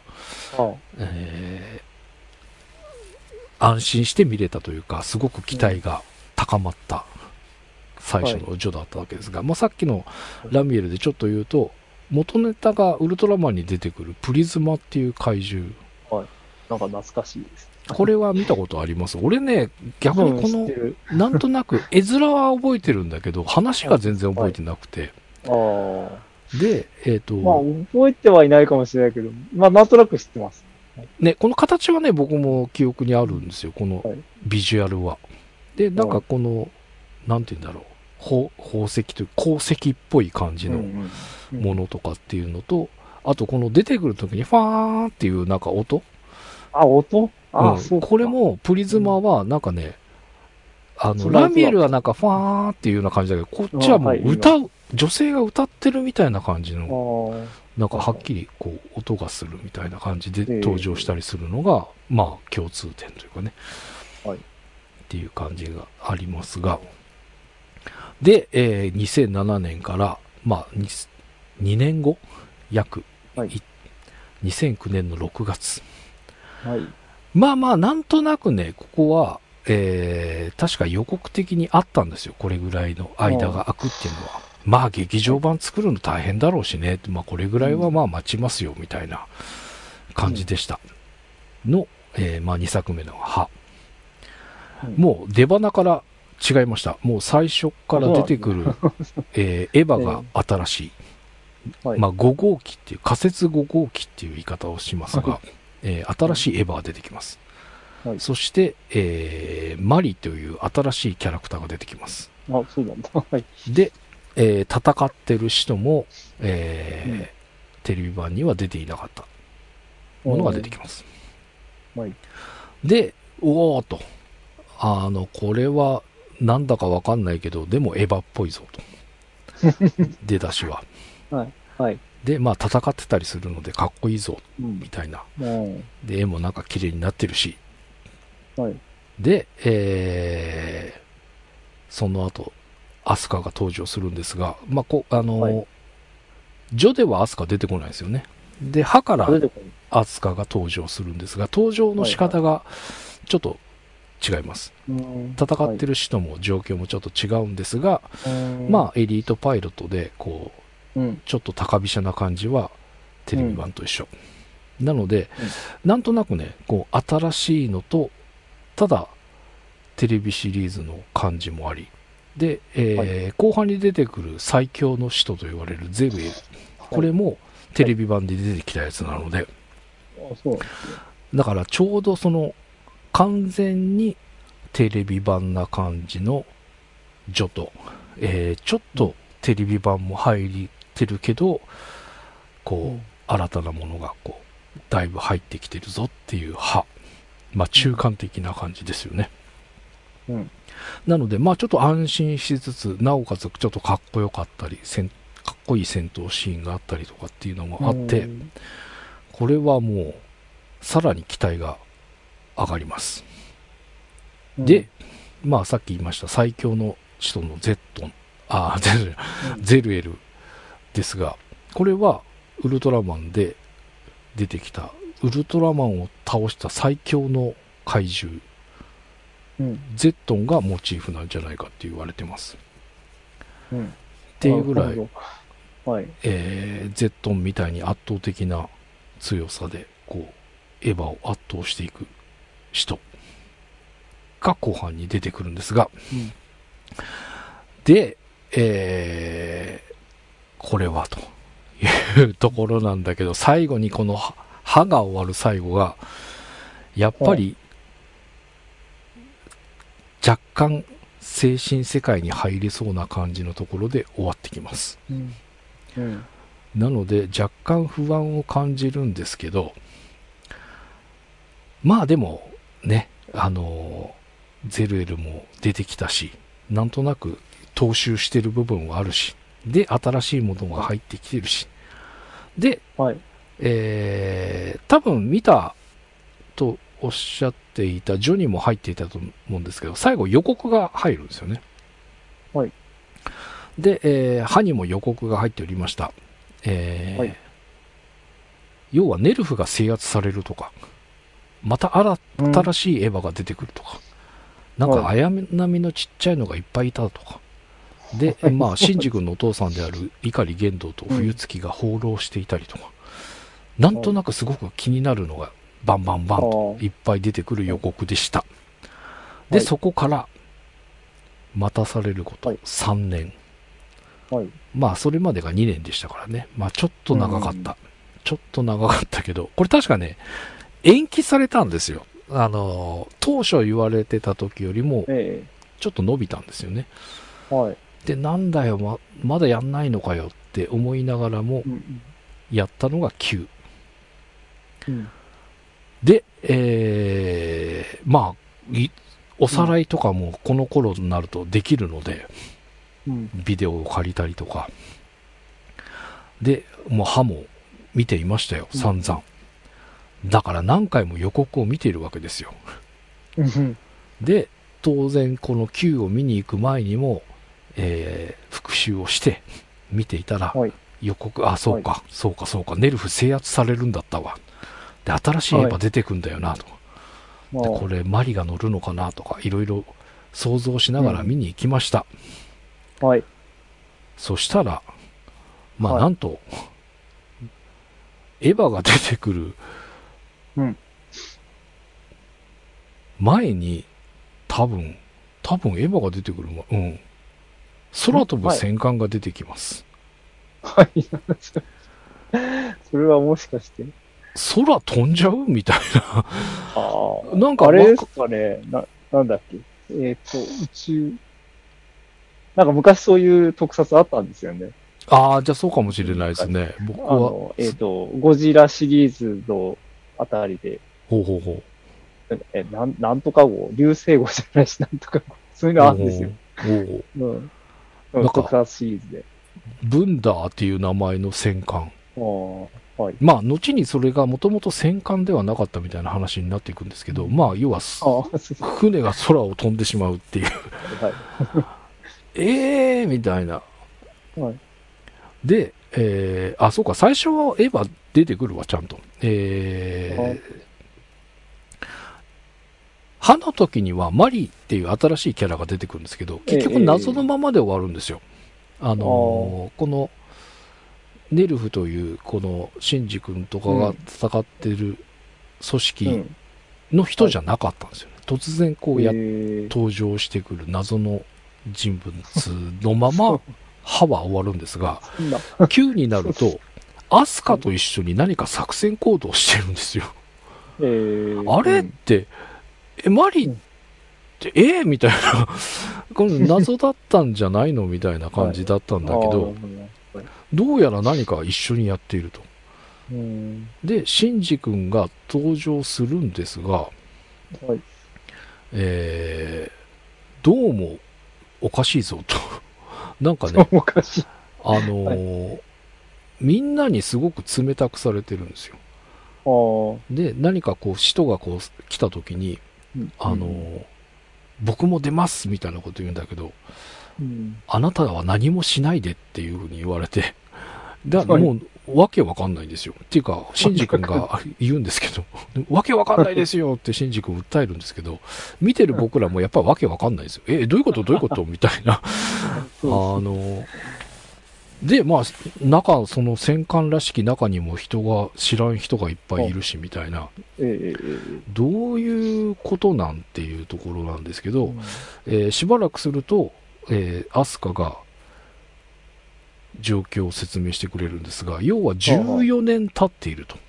安心して見れたというか、すごく期待が高まった最初の序だったわけですが、まあさっきのラミエルでちょっと言うと、元ネタがウルトラマンに出てくるプリズマっていう怪獣。 なんか懐かしいです。 これは見たことあります。俺ね、逆にこの、なんとなく絵面は覚えてるんだけど、話が全然覚えてなくて。で、 まあ、覚えてはいないかもしれないけど、まあ、なんとなく知ってます。 ね、この形はね、僕も記憶にあるんですよ、このビジュアルは。で、なんかこの、なんて言うんだろう、宝石という鉱石っぽい感じのものとかっていうのと、あとこの出てくるときにファーンっていうなんか音。 音これもプリズマはなんかね、ラミエルはなんかファーンっていうような感じだけど、こっちはもう女性が歌ってるみたいな感じの、なんかはっきりこう音がするみたいな感じで登場したりするのが、まあ共通点というかね、っていう感じがありますが、で、2007年から、まあ2年後、約、2009年の6月。まあまあ、なんとなくね、ここは、確か予告的にあったんですよ。これぐらいの間が空くっていうのは。まあ、劇場版作るの大変だろうしね。まあ、これぐらいはまあ待ちますよ、みたいな感じでした。の、まあ、2作目の歯。もう出花から違いました。もう最初から出てくる、エヴァが新しい。まあ、5号機っていう、仮説5号機っていう言い方をしますが、新しいエヴァが出てきます。そして、マリという新しいキャラクターが出てきます。 そうなんだ。 で、戦ってる人も、テレビ版には出ていなかったものが出てきます。で、おーっと、これはなんだかわかんないけど、でもエヴァっぽいぞと。出だしは。で、まあ戦ってたりするのでかっこいいぞ、みたいな。で、絵もなんか綺麗になってるし。で、その後、アスカが登場するんですが、まあ、ジョではアスカ出てこないですよね。で、歯からアスカが登場するんですが、登場の仕方がちょっと違います。戦ってる人も状況もちょっと違うんですが、まあ、エリートパイロットで、こう、ちょっと高飛車な感じはテレビ版と一緒。なので、なんとなくね、こう、新しいのと、ただ、テレビシリーズの感じもあり、で、後半に出てくる最強の使徒と言われるゼルエル。これもテレビ版で出てきたやつなので、だからちょうどその、完全にテレビ版な感じのジョと、ちょっとテレビ版も入ってるけど、こう、新たなものがこう、だいぶ入ってきてるぞっていう歯。まあ中間的な感じですよね。なので、まあちょっと安心しつつ、なおかつちょっとかっこよかったり、かっこいい戦闘シーンがあったりとかっていうのもあって、 これはもう、さらに期待が上がります。で、まあさっき言いました最強の使徒のゼルエルですが、これはウルトラマンで出てきた、ウルトラマンを倒した最強の怪獣、ゼットンがモチーフなんじゃないかって言われてます。っていうぐらい、ゼットンみたいに圧倒的な強さで、こう、エヴァを圧倒していく人が後半に出てくるんですが、で、これはというところなんだけど、最後にこの歯が終わる最後が、やっぱり若干精神世界に入りそうな感じのところで終わってきます。なので若干不安を感じるんですけど、まあでもね、ゼルエルも出てきたし、なんとなく踏襲してる部分はあるし、で、新しいものが入ってきてるし、で、多分見たとおっしゃっていたジョニーも入っていたと思うんですけど、最後予告が入るんですよね。で、歯にも予告が入っておりました。要はネルフが制圧されるとか、また新しいエヴァが出てくるとか、なんか綾波のちっちゃいのがいっぱいいたとか。で、まあ、シンジ君のお父さんである碇玄道と冬月が放浪していたりとか、なんとなくすごく気になるのがバンバンバンといっぱい出てくる予告でした。で、そこから待たされること3年。まあ、それまでが2年でしたからね。まあ、ちょっと長かった。ちょっと長かったけど、これ確かね、延期されたんですよ。当初言われてた時よりも、ちょっと伸びたんですよね。で、なんだよ、まだやんないのかよって思いながらも、やったのが9。で、まあ、おさらいとかもこの頃になるとできるので、ビデオを借りたりとか。で、もう歯も見ていましたよ、散々。だから何回も予告を見ているわけですよ。で、当然この9を見に行く前にも、復習をして見ていたら、予告、そうか、ネルフ制圧されるんだったわ。で、新しいエヴァ出てくんだよな、とか。で、これマリが乗るのかな、とか、いろいろ想像しながら見に行きました。そしたら、まあ、なんと、エヴァが出てくる、前に、多分エヴァが出てくる、空飛ぶ戦艦が出てきます。 それはもしかして。 空飛んじゃうみたいな。なんか、 あれですかね、なんだっけ。宇宙。なんか昔そういう特撮あったんですよね。 じゃあそうかもしれないですね。僕は。 ゴジラシリーズのあたりで。なんとか号、流星号じゃないし、なんとか号。そういうのあるんですよ。特撮シリーズで。 ブンダーっていう名前の戦艦。まあ、後にそれがもともと戦艦ではなかったみたいな話になっていくんですけど、まあ、要は、船が空を飛んでしまうっていう。みたいな。で、そうか、最初はエヴァ出てくるわ、ちゃんと。歯の時にはマリっていう新しいキャラが出てくるんですけど、結局謎のままで終わるんですよ。この、ネルフという、この、シンジ君とかが戦ってる組織の人じゃなかったんですよね。突然こう登場してくる謎の人物のまま、歯は終わるんですが、9になると、アスカと一緒に何か作戦行動してるんですよ。あれって、マリって、みたいな、この謎だったんじゃないのみたいな感じだったんだけど、どうやら何か一緒にやっていると。で、シンジ君が登場するんですが、どうもおかしいぞと。なんかね、みんなにすごく冷たくされてるんですよ。 で、何かこう、使徒がこう、来た時に、僕も出ますみたいなこと言うんだけど、あなたは何もしないでっていうふうに言われて、もう、わけわかんないんですよ。っていうか、シンジ君が言うんですけど、わけわかんないですよってシンジ君訴えるんですけど、見てる僕らもやっぱわけわかんないですよ。どういうことみたいな。で、まあ、その戦艦らしき中にも知らん人がいっぱいいるし、みたいな。どういうことなんていうところなんですけど、しばらくすると、アスカが状況を説明してくれるんですが、要は14年経っていると。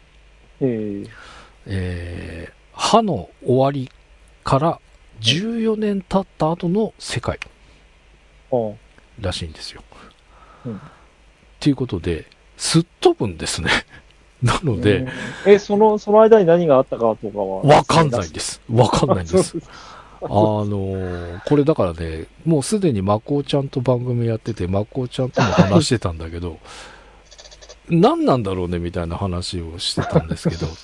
歯の終わりから14年経った後の世界らしいんですよ。ということで、すっ飛ぶんですね。なので、 その間に何があったかとかはわかんないです。わかんないんです。これだからね、もうすでにまこうちゃんと番組やってて、まこうちゃんとも話してたんだけど、何なんだろうねみたいな話をしてたんですけど、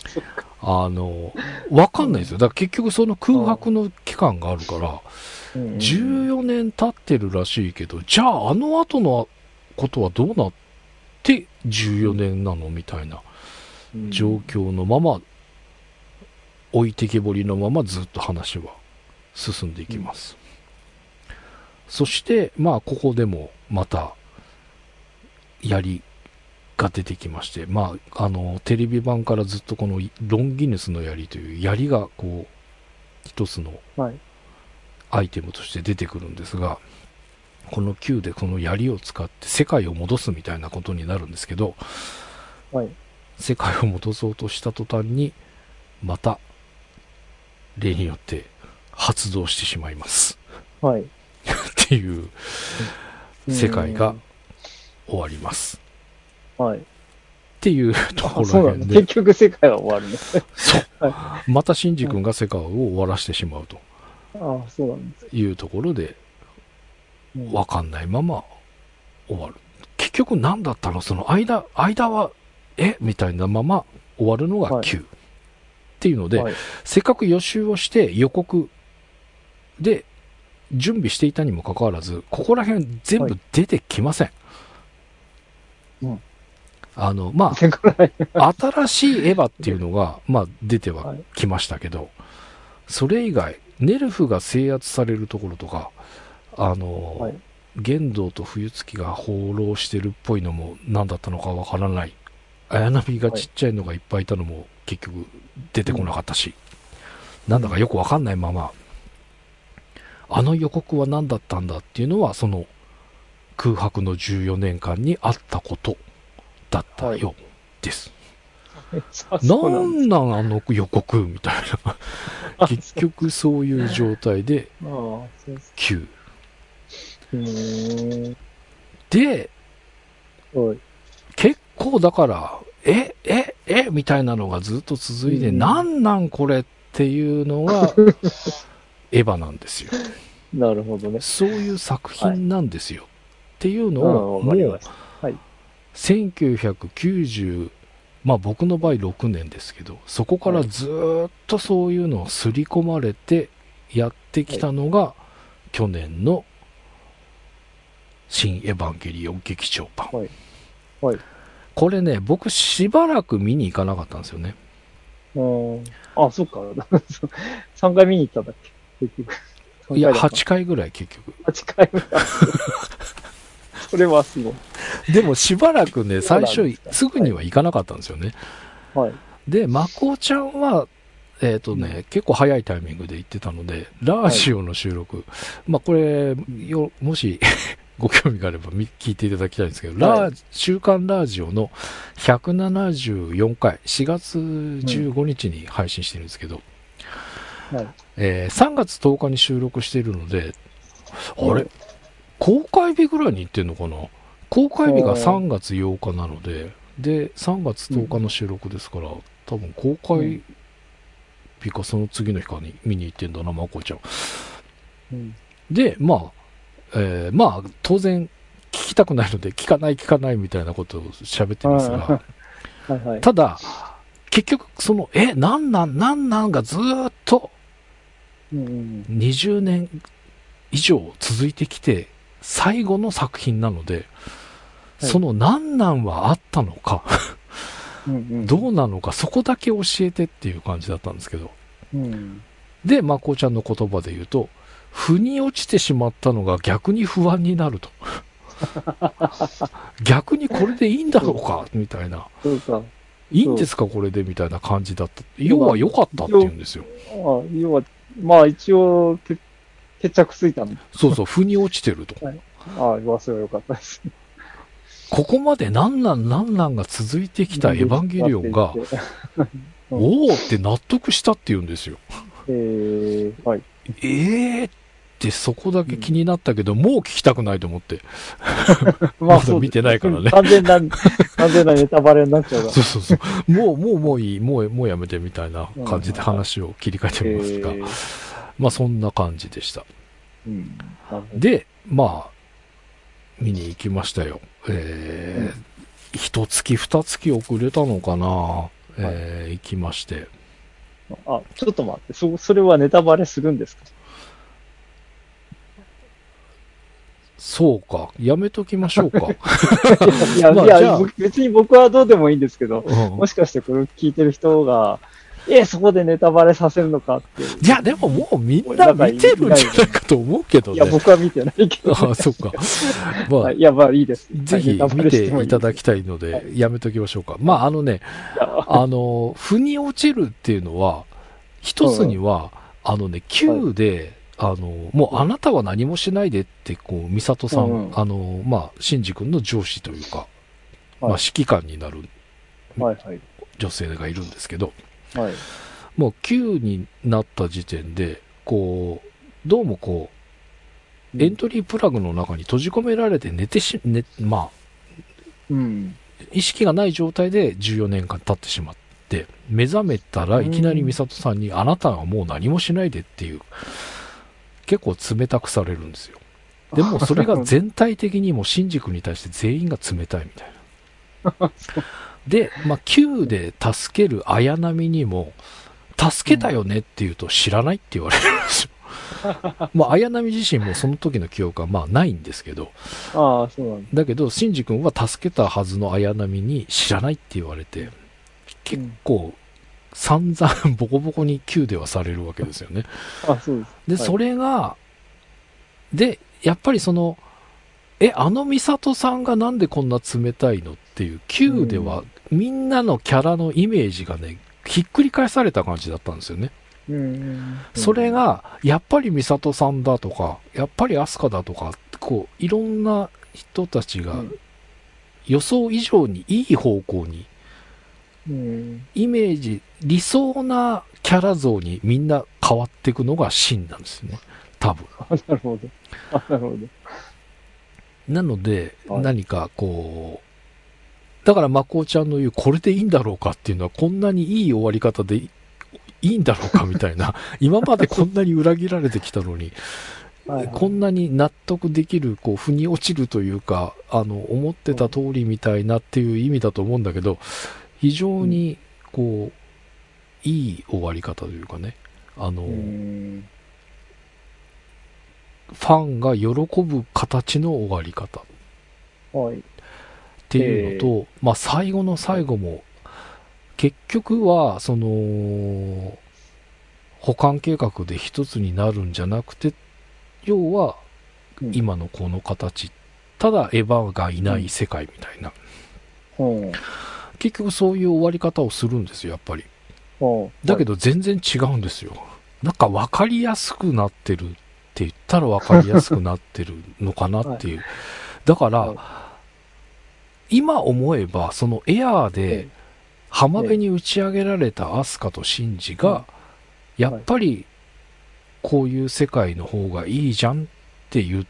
わかんないですよ。だから結局その空白の期間があるから、14年経ってるらしいけど、じゃああの後のことはどうなって14年なのみたいな状況のまま、置いてけぼりのままずっと話は進んでいきます。そして、まあ、ここでもまた、槍が出てきまして、まあ、テレビ版からずっとこのロンギヌスの槍という槍が、こう、一つのアイテムとして出てくるんですが、このQでこの槍を使って世界を戻すみたいなことになるんですけど、世界を戻そうとした途端に、また、例によって発動してしまいます。っていう世界が終わります。っていうところらへんで。 結局世界は終わるね。 そう。またシンジ君が世界を終わらしてしまうと。いうところで、わかんないまま終わる。結局何だったのその間は、みたいなまま終わるのがQ。っていうので、せっかく予習をして予告で準備していたにもかかわらず、ここら辺全部出てきません。まあ、新しいエヴァっていうのが、まあ、出てはきましたけど、それ以外、ネルフが制圧されるところとか、玄道と冬月が放浪してるっぽいのも何だったのかわからない。綾波がちっちゃいのがいっぱいいたのも結局出てこなかったし、なんだかよくわかんないまま、あの予告は何だったんだっていうのは、その空白の14年間にあったことだったようです。なんなんあの予告みたいな。結局そういう状態で、9。で、結構だから、みたいなのがずっと続いて、なんなんこれっていうのが、エヴァなんですよ。 なるほどね。 そういう作品なんですよ。っていうのを、もう、1990、まあ僕の場合6年ですけど、そこからずっとそういうのを刷り込まれてやってきたのが、去年の新エヴァンゲリオン劇場版。これね、僕しばらく見に行かなかったんですよね。 そっか。3回見に行ったんだっけ結局。 いや、8回ぐらい結局。 8回ぐらい。それはすごい。 でもしばらくね、最初、すぐには行かなかったんですよね。で、まこうちゃんは、結構早いタイミングで行ってたので、ラジオの収録、まあこれ、もし、ご興味があれば聞いていただきたいんですけど、週刊ラジオの174回、4月15日に配信してるんですけど、3月10日に収録しているので、あれ公開日ぐらいに行ってんのかな。公開日が3月8日なので、で、3月10日の収録ですから、多分公開日かその次の日かに見に行ってんだな、まこちゃん。で、まあ、当然、聞きたくないので、聞かないみたいなことを喋ってますが、ただ、 結局、その、なんなんがずーっと、20年以上続いてきて、最後の作品なので、そのなんなんはあったのか、どうなのか、そこだけ教えてっていう感じだったんですけど。で、まこちゃんの言葉で言うと、腑に落ちてしまったのが逆に不安になると。逆にこれでいいんだろうかみたいな。いいんですかこれでみたいな感じだった。要は良かったって言うんですよ。 要は、まあ一応、決着ついたんだ。 そうそう、腑に落ちてると。 それは良かったです。 ここまでなんなんが続いてきたエヴァンゲリオンが、おーって納得したって言うんですよ。 はい。 ってそこだけ気になったけど、もう聞きたくないと思って。まだ見てないからね。 完全なネタバレになっちゃうから。 そう。もういい、もうやめてみたいな感じで話を切り替えてみますが、まあそんな感じでした。で、まあ、見に行きましたよ。一月二月遅れたのかな、行きまして。 ちょっと待って、それはネタバレするんですか？ そうか。やめときましょうか。 いや、別に僕はどうでもいいんですけど、もしかしてこれを聞いてる人が、そこでネタバレさせるのかって。 いや、でももうみんな見てるんじゃないかと思うけどね。 いや、僕は見てないけど。 そうか。まあ、 いや、まあいいです。 ぜひ見ていただきたいので、やめときましょうか。まあ腑に落ちるっていうのは、一つには、Q で、もうあなたは何もしないでって、美里さん、シンジ君の上司というか、指揮官になる女性がいるんですけど、もう9になった時点で、どうもエントリープラグの中に閉じ込められて意識がない状態で14年間経ってしまって、目覚めたらいきなり美里さんに、あなたはもう何もしないでっていう、結構冷たくされるんですよ。でもそれが全体的にもシンジ君に対して全員が冷たいみたいな。で、Q で助ける綾波にも、助けたよねって言うと知らないって言われるんですよ。綾波自身もその時の記憶はないんですけど、 そうなんだけど、シンジ君は助けたはずの綾波に知らないって言われて、結構、散々ボコボコに Q ではされるわけですよね。 そうです。 で、それが、やっぱり美里さんがなんでこんな冷たいのっていう、Q ではみんなのキャラのイメージがね、ひっくり返された感じだったんですよね。それが、やっぱり美里さんだとか、やっぱり飛鳥だとか、いろんな人たちが予想以上にいい方向に、イメージ、理想なキャラ像にみんな変わっていくのが真なんですね。多分。 なるほど。 なので、何かだからまこうちゃんの言うこれでいいんだろうかっていうのはこんなにいい終わり方でいいんだろうかみたいな、今までこんなに裏切られてきたのに、こんなに納得できる、腑に落ちるというか、思ってた通りみたいなっていう意味だと思うんだけど、非常に、いい終わり方というかね、ファンが喜ぶ形の終わり方っていうのと、最後の最後も結局は補完計画で一つになるんじゃなくて、要は今のこの形、ただエヴァがいない世界みたいな、結局そういう終わり方をするんですよ、やっぱり。だけど全然違うんですよ。なんか分かりやすくなってるって言ったら分かりやすくなってるのかなっていう。だから、今思えば、そのエアーで浜辺に打ち上げられたアスカとシンジが、やっぱりこういう世界の方がいいじゃんって言って、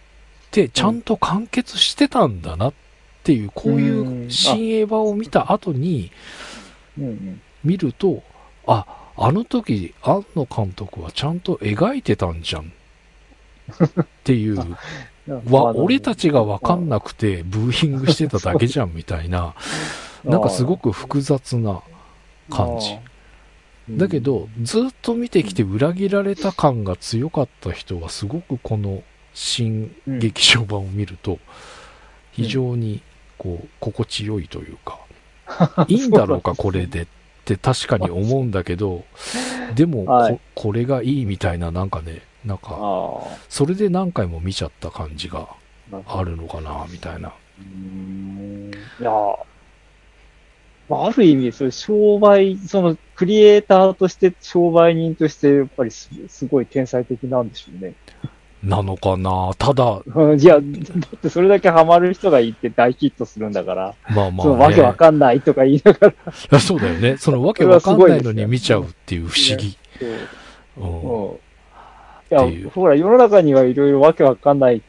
ちゃんと完結してたんだなっていう、こういう新エヴァを見た後に、見ると、あの時、庵野監督はちゃんと描いてたんじゃんっていう、俺たちが分かんなくてブーイングしてただけじゃんみたいな、なんかすごく複雑な感じ。 あーだけど、ずっと見てきて裏切られた感が強かった人は、すごくこの新劇場版を見ると、非常にこう、心地よいというか、いいんだろうか、これでって確かに思うんだけど、でもこれがいいみたいな、なんかね、なんか、それで何回も見ちゃった感じがあるのかな、みたいな。 いや、まあ、ある意味、それ商売、そのクリエイターとして商売人としてやっぱりすごい天才的なんでしょうね。 なのかな。ただ、 いや、だってそれだけハマる人がいて大ヒットするんだから、 まあまあ、ね、 そのわけわかんないとか言いながら。 そうだよね。そのわけわかんないのに見ちゃうっていう不思議。 いや、ほら、世の中にはいろいろわけわかんない、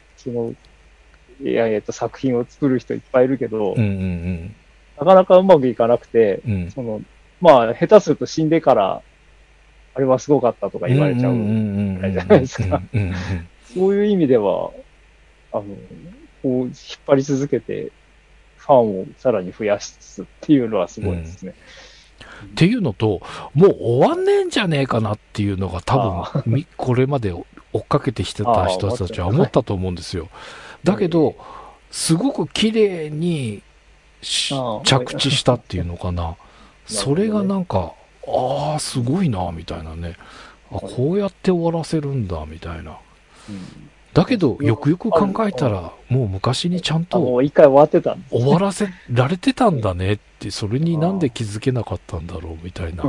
作品を作る人いっぱいいるけど、なかなかうまくいかなくて、まあ、下手すると死んでから、あれはすごかったとか言われちゃうぐらいじゃないですか。そういう意味では、こう、引っ張り続けて、ファンをさらに増やしつつっていうのはすごいですね。 っていうのと、もう終わんねえんじゃねえかなっていうのが多分、これまで追っかけてきてた人たちは思ったと思うんですよ。だけど、すごく綺麗に着地したっていうのかな。それがなんか、ああ、すごいな、みたいなね。こうやって終わらせるんだ、みたいな。だけど、よくよく考えたら、もう昔にちゃんと、 もう一回終わってたんです。 終わらせられてたんだねって、それになんで気づけなかったんだろう、みたいな。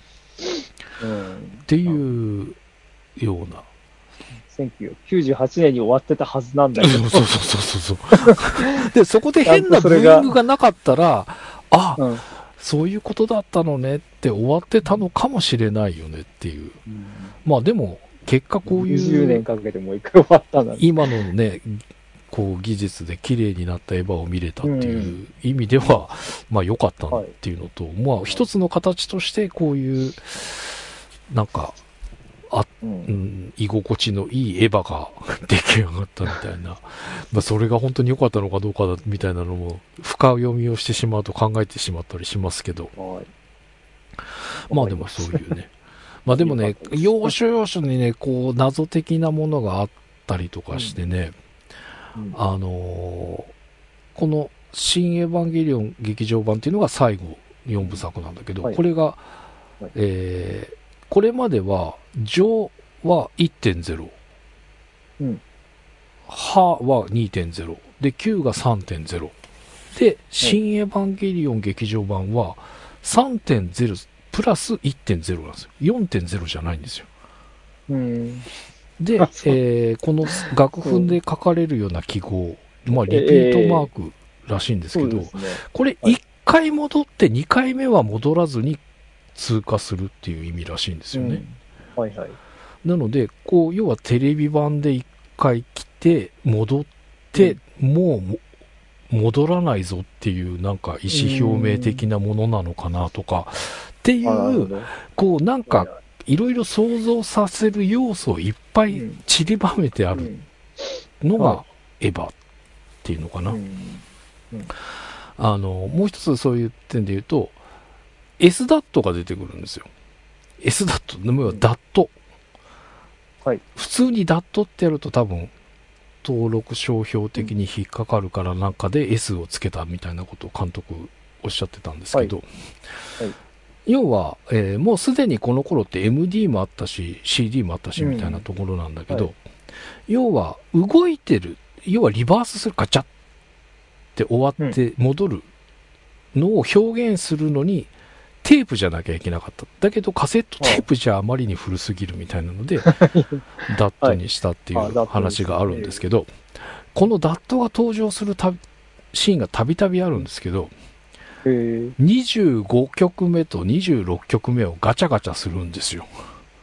っていうような。 1998年に終わってたはずなんだけど。 そう。で、そこで変なブーイングがなかったら、そういうことだったのねって終わってたのかもしれないよねっていう。まあでも、結果こういう。 20年かけてもう一回終わったんだね。 今のね、こう技術で綺麗になったエヴァを見れたっていう意味では、まあ良かったっていうのと、まあ一つの形としてこういう、なんか、居心地のいいエヴァが出来上がったみたいな。まあそれが本当に良かったのかどうかみたいなのも、深読みをしてしまうと考えてしまったりしますけど。まあでもそういうね。まあでもね、要所要所にね、こう謎的なものがあったりとかしてね、この新エヴァンゲリオン劇場版っていうのが最後4部作なんだけど、これが、これまでは、上は 1.0、はは 2.0、で、9が 3.0。で、新エヴァンゲリオン劇場版は 3.0 プラス 1.0 なんですよ。4.0 じゃないんですよ。で、この楽譜で書かれるような記号、まあ、リピートマークらしいんですけど、これ1回戻って2回目は戻らずに通過するっていう意味らしいんですよね。なので、こう、要はテレビ版で1回来て、戻って、もう戻らないぞっていうなんか意思表明的なものなのかなとか、っていう、こうなんか、いろいろ想像させる要素をいっぱい散りばめてあるのがエヴァっていうのかな。もう一つそういう点で言うと、SDAT が出てくるんですよ。SDAT、要は DAT。普通に DAT ってやると多分、登録商標的に引っかかるからなんかで S をつけたみたいなことを監督おっしゃってたんですけど、要は、もうすでにこの頃って MD もあったし CD もあったしみたいなところなんだけど、要は動いてる、要はリバースするガチャって終わって戻るのを表現するのにテープじゃなきゃいけなかった。だけどカセットテープじゃあまりに古すぎるみたいなのでダットにしたっていう話があるんですけど、このダットが登場するシーンがたびたびあるんですけど、25曲目と26曲目をガチャガチャするんですよ。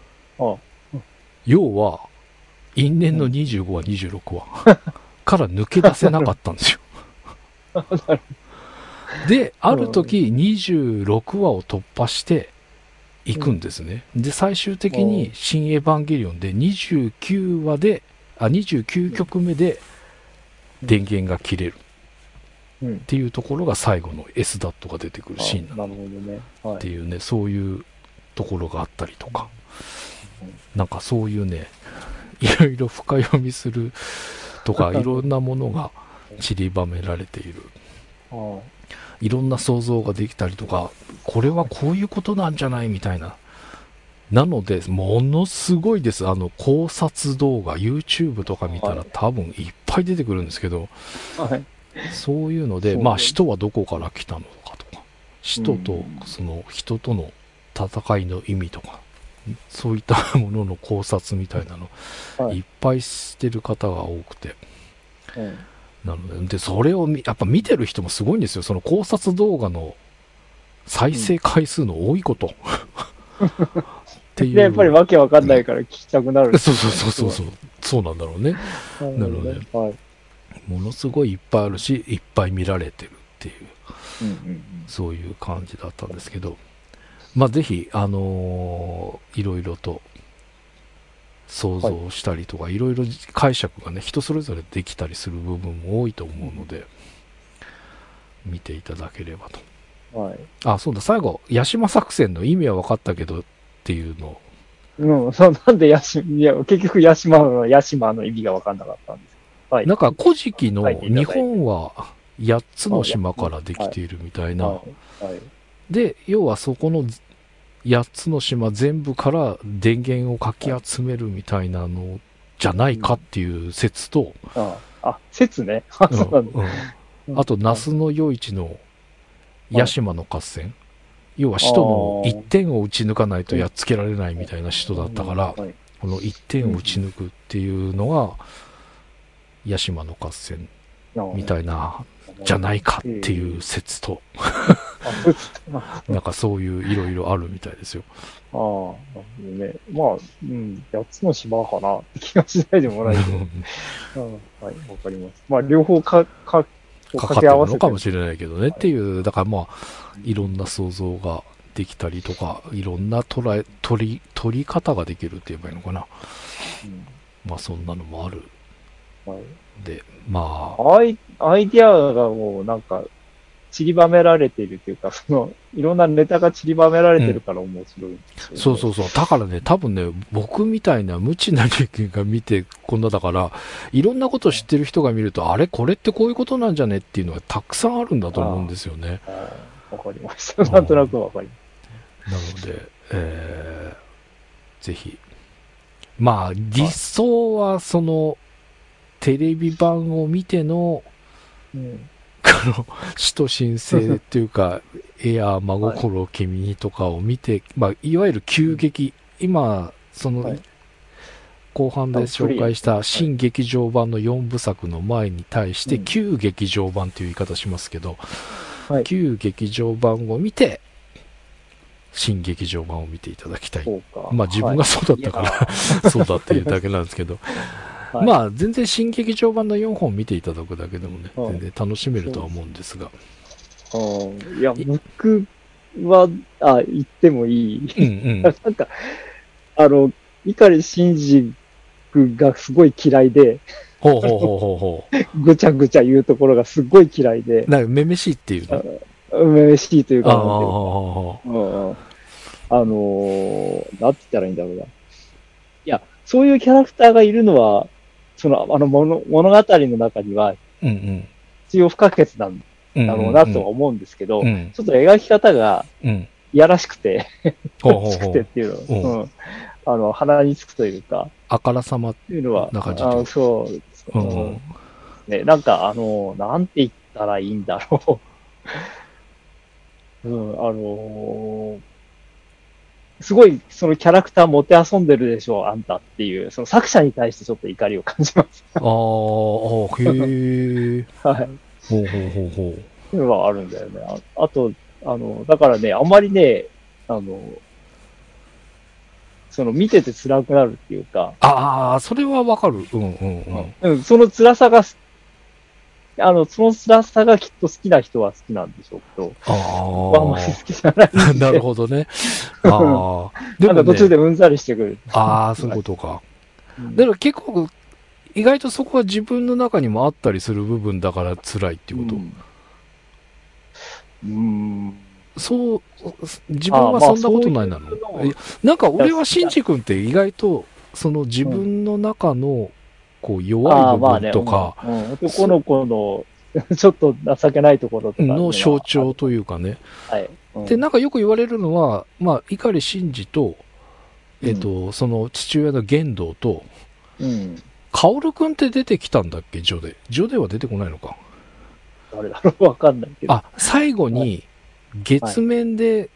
要は因縁の25話26話から抜け出せなかったんですよ。で、ある時26話を突破していくんですね。で、最終的に新エヴァンゲリオンで29曲目で電源が切れる。 っていうところが最後の S ダットが出てくるシーンなるほどね。はい。 っていうね、そういうところがあったりとか、なんかそういうね、いろいろ深読みするとか、いろんなものが散りばめられている。いろんな想像ができたりとか、これはこういうことなんじゃないみたいな。なので、ものすごいです。考察動画、YouTube とか見たら多分いっぱい出てくるんですけど、 はい。 そういうので、まあ、使徒はどこから来たのかとか、使徒とその人との戦いの意味とか、そういったものの考察みたいなの、いっぱいしてる方が多くて、なので、それをやっぱ見てる人もすごいんですよ。その考察動画の再生回数の多いこと。っていう。 やっぱりわけわかんないから聞きたくなる。 そう。そうなんだろうね。なので、ものすごいいっぱいあるし、いっぱい見られてるっていう、そういう感じだったんですけど、まあぜひ、いろいろと想像したりとか、いろいろ解釈がね、人それぞれできたりする部分も多いと思うので、見ていただければと。はい。あ、そうだ、最後、ヤシマ作戦の意味は分かったけどっていうのを。 なんでいや、結局ヤシマの意味が分かんなかったんです。はい。 なんか、古事記の日本は8つの島からできているみたいな。で、要はそこの8つの島全部から電源をかき集めるみたいなのじゃないかっていう説と、 説ね。 あと、那須の余市の屋島の合戦。要は使徒の1点を打ち抜かないとやっつけられないみたいな使徒だったから、この1点を打ち抜くっていうのが、屋島の合戦みたいな、じゃないかっていう説と、なんかそういういろいろあるみたいですよ。 なるほどね。まあ、8つの島かなって気がしないでもないけど。はい、わかります。まあ、両方かかってるのかもしれないけどねっていう、だからまあ、いろんな想像ができたりとか、いろんな取り方ができるって言えばいいのかな。まあ、そんなのもある。で、まあ。 アイディアがもうなんか、散りばめられているというか、いろんなネタが散りばめられてるから面白いんですよね。 そう。だからね、多分ね、僕みたいな無知な人間が見てこんなだから、いろんなことを知ってる人が見ると、あれこれってこういうことなんじゃねっていうのがたくさんあるんだと思うんですよね。 わかりました。なんとなくわかります。なので、ぜひ。まあ、理想はその、テレビ版を見ての、使徒申請っていうか、エアー真心君にとかを見て、まあ、いわゆる急激、今、その、後半で紹介した新劇場版の4部作の前に対して、旧劇場版という言い方しますけど、旧劇場版を見て、新劇場版を見ていただきたい。まあ自分がそうだったから、そうだっていうだけなんですけど、まあ全然新劇場版の4本見ていただくだけでもね、全然楽しめるとは思うんですが。 いや、僕は、言ってもいい。なんか、碇シンジ君がすごい嫌いで、ぐちゃぐちゃ言うところがすごい嫌いで。 なんか、めめしいっていうのめめしいというか、なんて言ったらいいんだろうな。いや、そういうキャラクターがいるのは、物語の中には、必要不可欠なんだろうなとは思うんですけど、ちょっと描き方が、いやらしくて、っていうの、鼻につくというか、 あからさまっていうのは、 そう。 ね、なんか、なんて言ったらいいんだろう。すごい、そのキャラクター持て遊んでるでしょ、あんたっていう、その作者に対してちょっと怒りを感じます。 へえ。 はい。 ほう。 っていうのはあるんだよね。あと、だからね、あんまりね、見てて辛くなるっていうか。 それはわかる。 その辛さが、その辛さがきっと好きな人は好きなんでしょうけど、あんまり好きじゃないんで。 なるほどね。 でもなんか途中でうんざりしてくる。 そういうことか。だから結構、意外とそこは自分の中にもあったりする部分だから辛いっていうこと。 そう、自分はそんなことないなの。なんか俺はシンジ君って意外と、その自分の中の、こう、弱い部分とか、 男の子の、ちょっと情けないところとか。 の象徴というかね。 はい。 で、なんかよく言われるのは、まあ、碇シンジと、その父親の玄道と、薫君って出てきたんだっけ、ジョデ。ジョデは出てこないのか。 誰だろうわかんないけど。 あ、最後に、月面で、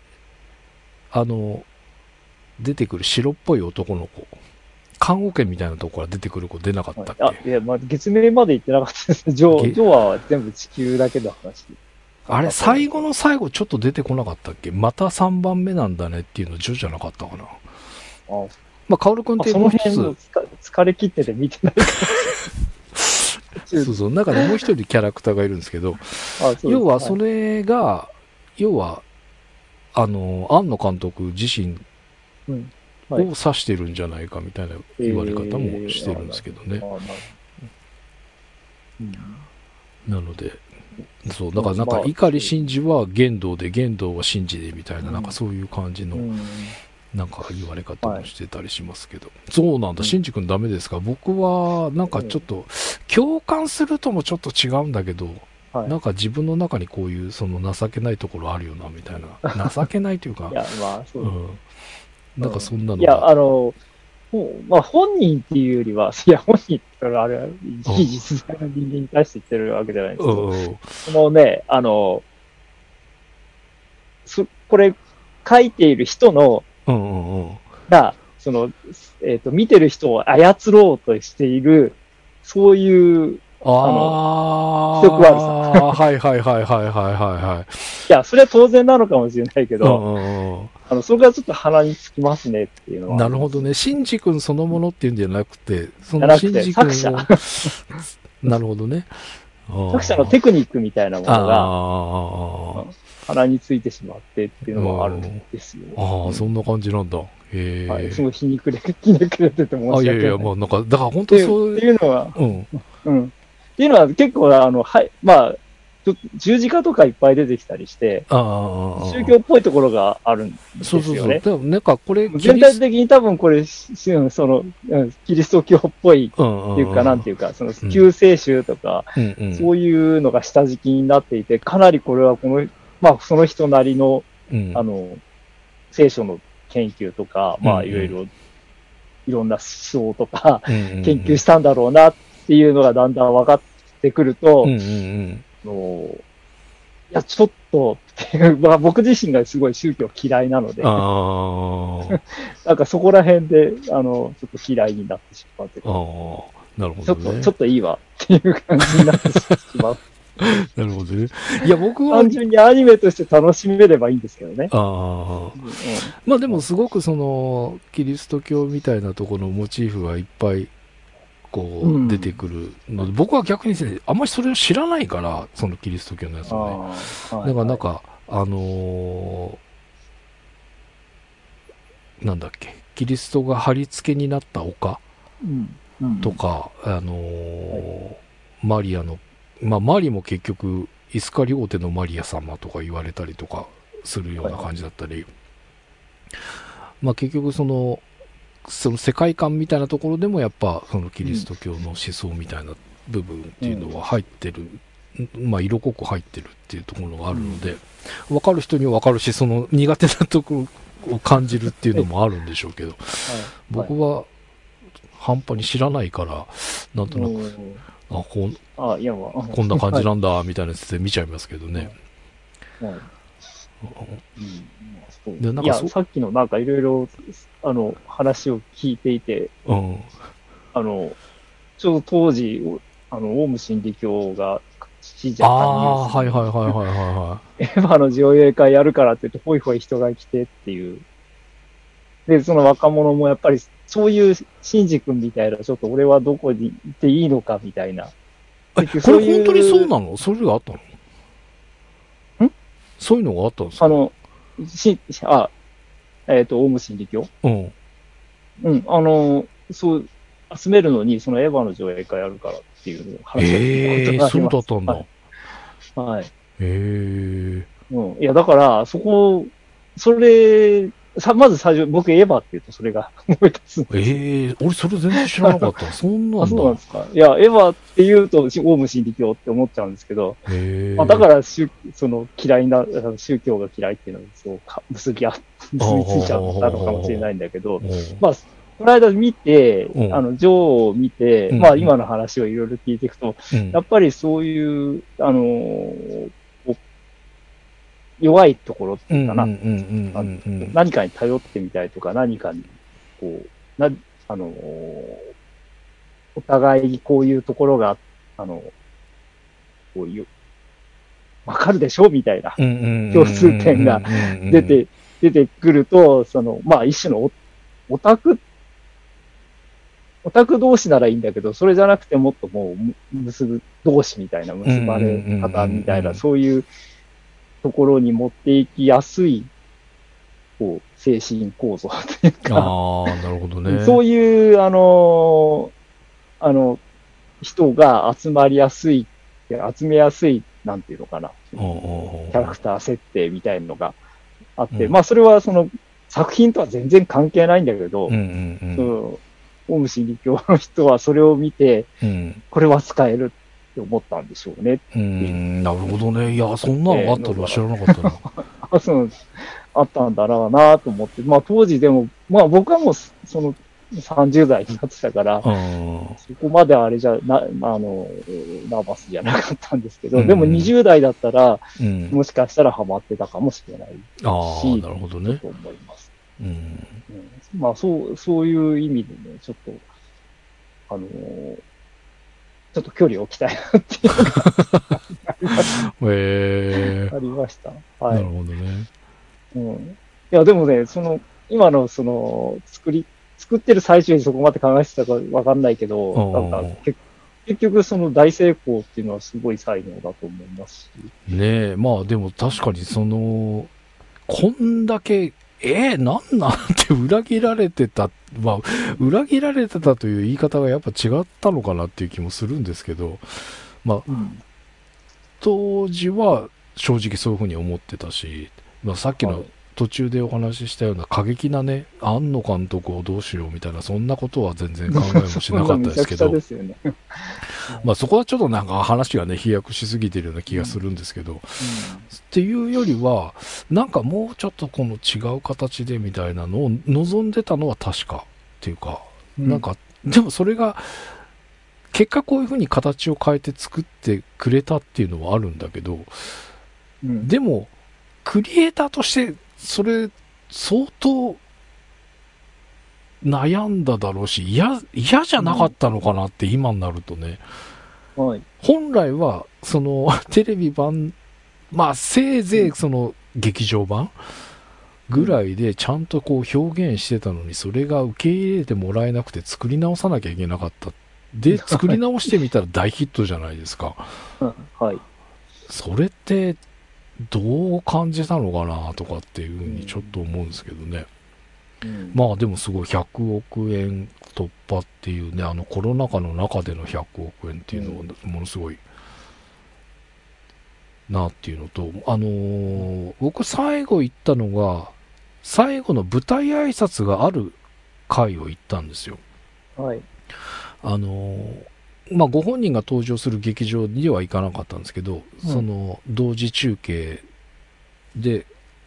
出てくる白っぽい男の子。看護犬みたいなとこから出てくる子出なかったっけ、 いや、まあ、月面まで行ってなかったですね。ジョは全部地球だけの話。 あれ、最後の最後ちょっと出てこなかったっけ、また3番目なんだねっていうのジョじゃなかったかな。まあ、薫君ってその辺も疲れ切ってて見てないそうそう、中でもう一人キャラクターがいるんですけど、要はそれが、要は、庵野監督自身を指してるんじゃないかみたいな言われ方もしてるんですけどね。なので、そう、だからなんか、碇シンジは玄道で、玄道はシンジでみたいな、なんかそういう感じの、なんか言われ方もしてたりしますけど。そうなんだ、シンジ君ダメですか。僕は、なんかちょっと、共感するともちょっと違うんだけど、なんか自分の中にこういう、その情けないところあるよな、みたいな。情けないというか、 いや、まあ、そう。 なんかそんなのが。 いや、まあ本人っていうよりは、いや、本人って言ったらあれは、非実在の人間に対して言ってるわけじゃないですけど、そのね、これ、書いている人の、が、その、見てる人を操ろうとしている、そういう、気色悪さ。 はいはいはいはいはいはい。 いや、それは当然なのかもしれないけど、それがちょっと鼻につきますねっていうのは。 なるほどね。シンジ君そのものっていうんじゃなくて、そのシンジ君を。なるほどね。 作者のテクニックみたいなものが、鼻についてしまってっていうのがあるんですよ。 ああ、そんな感じなんだ。へえ。 すごいひねくれてて申し訳ない。 いやいや、まあなんか、だから本当そういうのは、っていうのは結構、まあ、十字架とかいっぱい出てきたりして、宗教っぽいところがあるんですよね。 そう。なんかこれ、 全体的に多分これ、キリスト教っぽいっていうか、なんていうか、その救世主とか、そういうのが下敷きになっていて、かなりこれはまあ、その人なりの、聖書の研究とか、まあ、いろんな思想とか、研究したんだろうなっていうのがだんだん分かってくると、いや、ちょっと、まあ、僕自身がすごい宗教嫌いなので、なんかそこら辺で、ちょっと嫌いになってしまうというか、 なるほどね。 ちょっといいわっていう感じになってしまう。 なるほどね。いや、僕は。 単純にアニメとして楽しめればいいんですけどね。 まあでもすごくその、キリスト教みたいなところのモチーフがいっぱい、こう、出てくるので、僕は逆にですね、あんまりそれを知らないから、そのキリスト教のやつをね。だからなんか、なんだっけ、キリストが貼り付けになった丘とか、マリアの、まあ、マリも結局、イスカリオーテのマリア様とか言われたりとかするような感じだったり、まあ結局その世界観みたいなところでもやっぱそのキリスト教の思想みたいな部分っていうのは入ってる、まあ色濃く入ってるっていうところがあるので、分かる人には分かるし、その苦手なところを感じるっていうのもあるんでしょうけど、僕は半端に知らないから、なんとなく、こんな感じなんだみたいなやつで見ちゃいますけどね。 いや、さっきのなんかいろいろ話を聞いていて、ちょうど当時オウム真理教が信者加入する。エヴァの上映会やるからって言ってホイホイ人が来てっていう。で、その若者もやっぱりそういうシンジ君みたいな、ちょっと俺はどこに行っていいのかみたいな。 これ本当にそうなの？それがあったの？そういうのがあったんですか？ オウム真理教？そう、集めるのに、そのエヴァの上映会やるからっていう話を聞いたことがあります。 そうだったんだ。 はい。 いや、だから、まず最初、僕エヴァって言うとそれが思い出すんです。 俺それ全然知らなかった。そんなんだ。 そうなんですか。いや、エヴァって言うと、オウム真理教って思っちゃうんですけど、だから嫌いな、宗教が嫌いっていうのは、そうか、結びついちゃったのかもしれないんだけど、まあ、この間見て、ジョーを見て、まあ今の話をいろいろ聞いていくと、やっぱりそういう、弱いところっていうかな、何かに頼ってみたいとか、何かに、こう、お互いこういうところが、こういう、わかるでしょみたいな共通点が出てくると、まあ一種のオタク同士ならいいんだけど、それじゃなくてもっともう同士みたいな結ばれ方みたいな、そういうところに持っていきやすい、こう、精神構造というか、 なるほどね。 そういう、人が集めやすい、なんていうのかな、キャラクター設定みたいなのがあって、まあそれは作品とは全然関係ないんだけど、オウム真理教の人はそれを見て、これは使えるって思ったんでしょうね。 なるほどね。いや、そんなのあったのは知らなかったな。 あったんだろうなと思って、まあ当時でも、まあ僕はもう30代になってたから、そこまであれナーバスじゃなかったんですけど、でも20代だったら、もしかしたらハマってたかもしれないし、 なるほどね。 と思います。まあそういう意味でね、ちょっと、ちょっと距離を置きたいなっていうのがありました。はい。 なるほどね。 いや、でもね、今の作ってる最中にそこまで考えてたかわかんないけど、なんか結局大成功っていうのはすごい才能だと思いますし。 ねえ、まあでも確かにこんだけ、なんなんて裏切られてた、まあ、裏切られてたという言い方がやっぱ違ったのかなっていう気もするんですけど、まあ、当時は正直そういうふうに思ってたし、まあ、さっきの途中でお話ししたような過激なね、庵野監督をどうしようみたいな、そんなことは全然考えもしなかったですけど、まあそこはちょっとなんか話がね、飛躍しすぎてるような気がするんですけど、っていうよりは、なんかもうちょっとこの違う形でみたいなのを望んでたのは確かっていうか、なんか、でもそれが、結果こういうふうに形を変えて作ってくれたっていうのはあるんだけど、でも、クリエイターとして、それ、相当、悩んだだろうし、嫌じゃなかったのかなって今になるとね。本来は、テレビ版、まあ、せいぜい劇場版ぐらいでちゃんとこう表現してたのに、それが受け入れてもらえなくて作り直さなきゃいけなかった。で、作り直してみたら大ヒットじゃないですか。それって、どう感じたのかなとかっていうふうにちょっと思うんですけどね。まあでもすごい100億円突破っていうね、コロナ禍の中での100億円っていうのはものすごいなっていうのと、僕最後行ったのが、最後の舞台挨拶がある回を行ったんですよ。まあ、ご本人が登場する劇場には行かなかったんですけど、同時中継で、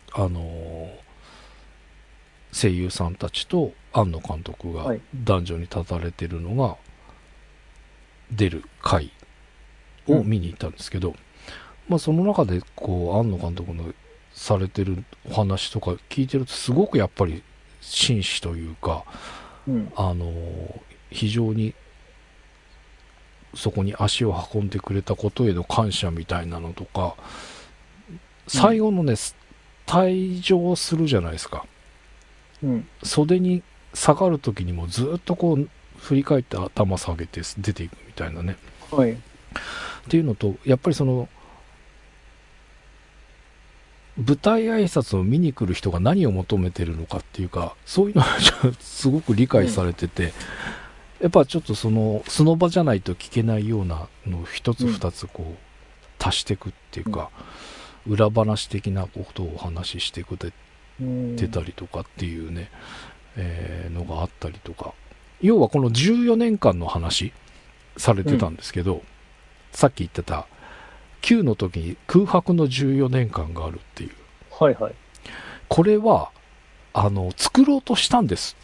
声優さんたちと庵野監督が壇上に立たれてるのが出る回を見に行ったんですけど、まあ、その中でこう庵野監督のされてるお話とか聞いてるとすごくやっぱり真摯というか、非常にそこに足を運んでくれたことへの感謝みたいなのとか、最後のね、退場するじゃないですか。袖に下がるときにもずっとこう振り返って頭下げて出ていくみたいなね。っていうのと、やっぱり舞台挨拶を見に来る人が何を求めてるのかっていうか、そういうのがすごく理解されてて、やっぱちょっとその場じゃないと聞けないようなのを一つ二つこう足していくっていうか、 裏話的なことをお話ししてくれうんてたりとかっていうね、のがあったりとか、要はこの14年間の話されてたんですけど、さっき言ってた9の時に空白の14年間があるっていう、 はいはい。 これは作ろうとしたんですって。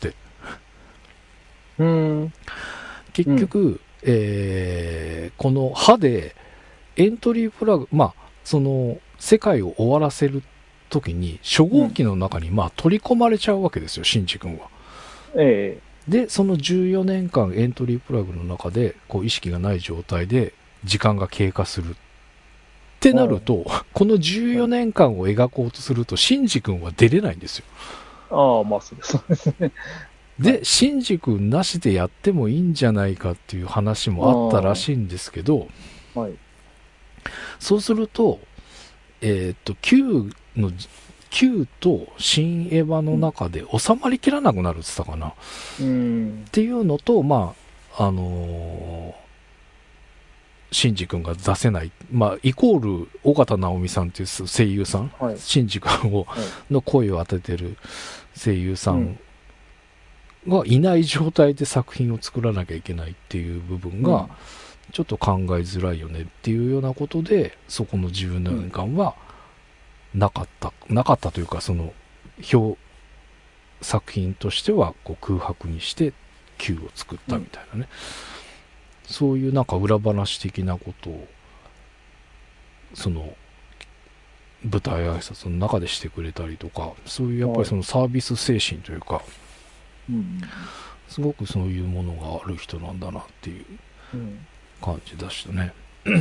結局、この歯でエントリープラグ、その世界を終わらせる時に初号機の中に取り込まれちゃうわけですよ、シンジ君は。でその14年間エントリープラグの中でこう意識がない状態で時間が経過するってなると、この14年間を描こうとするとシンジ君は出れないんですよ。 そうですね。 で、シンジ君なしでやってもいいんじゃないかっていう話もあったらしいんですけど、そうすると、Q と新エヴァの中で収まりきらなくなるって言ったかな。っていうのと、シンジ君が出せない、イコール尾形直美さんっていう声優さん、シンジ君の声を当ててる声優さんがいない状態で作品を作らなきゃいけないっていう部分がちょっと考えづらいよねっていうようなことで、そこの14年間はなかったというか、その作品としてはこう空白にしてQを作ったみたいなね、そういうなんか裏話的なことをその舞台挨拶の中でしてくれたりとか、そういうやっぱりそのサービス精神というか、すごくそういうものがある人なんだなっていう感じだしたね。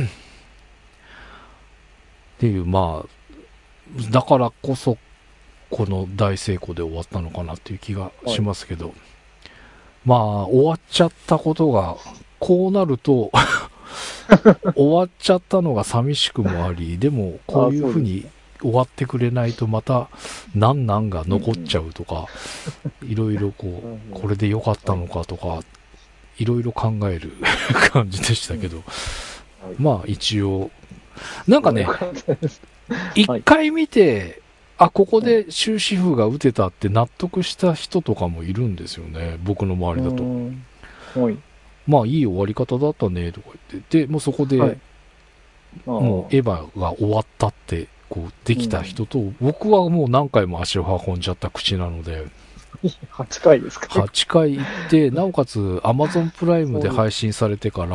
っていう、だからこそこの大成功で終わったのかなっていう気がしますけど、終わっちゃったことがこうなると終わっちゃったのが寂しくもあり、でもこういうふうに終わってくれないとまたなんが残っちゃうとか、いろいろこれで良かったのかとかいろいろ考える感じでしたけど、一応なんかね、一回見てここで終止符が打てたって納得した人とかもいるんですよね、僕の周りだと。いい終わり方だったねとか言って、でもうそこで、もうエヴァが終わったってこうできた人と、僕はもう何回も足を運んじゃった口なので、 8回ですか 8回行って、なおかつ Amazon プライムで配信されてから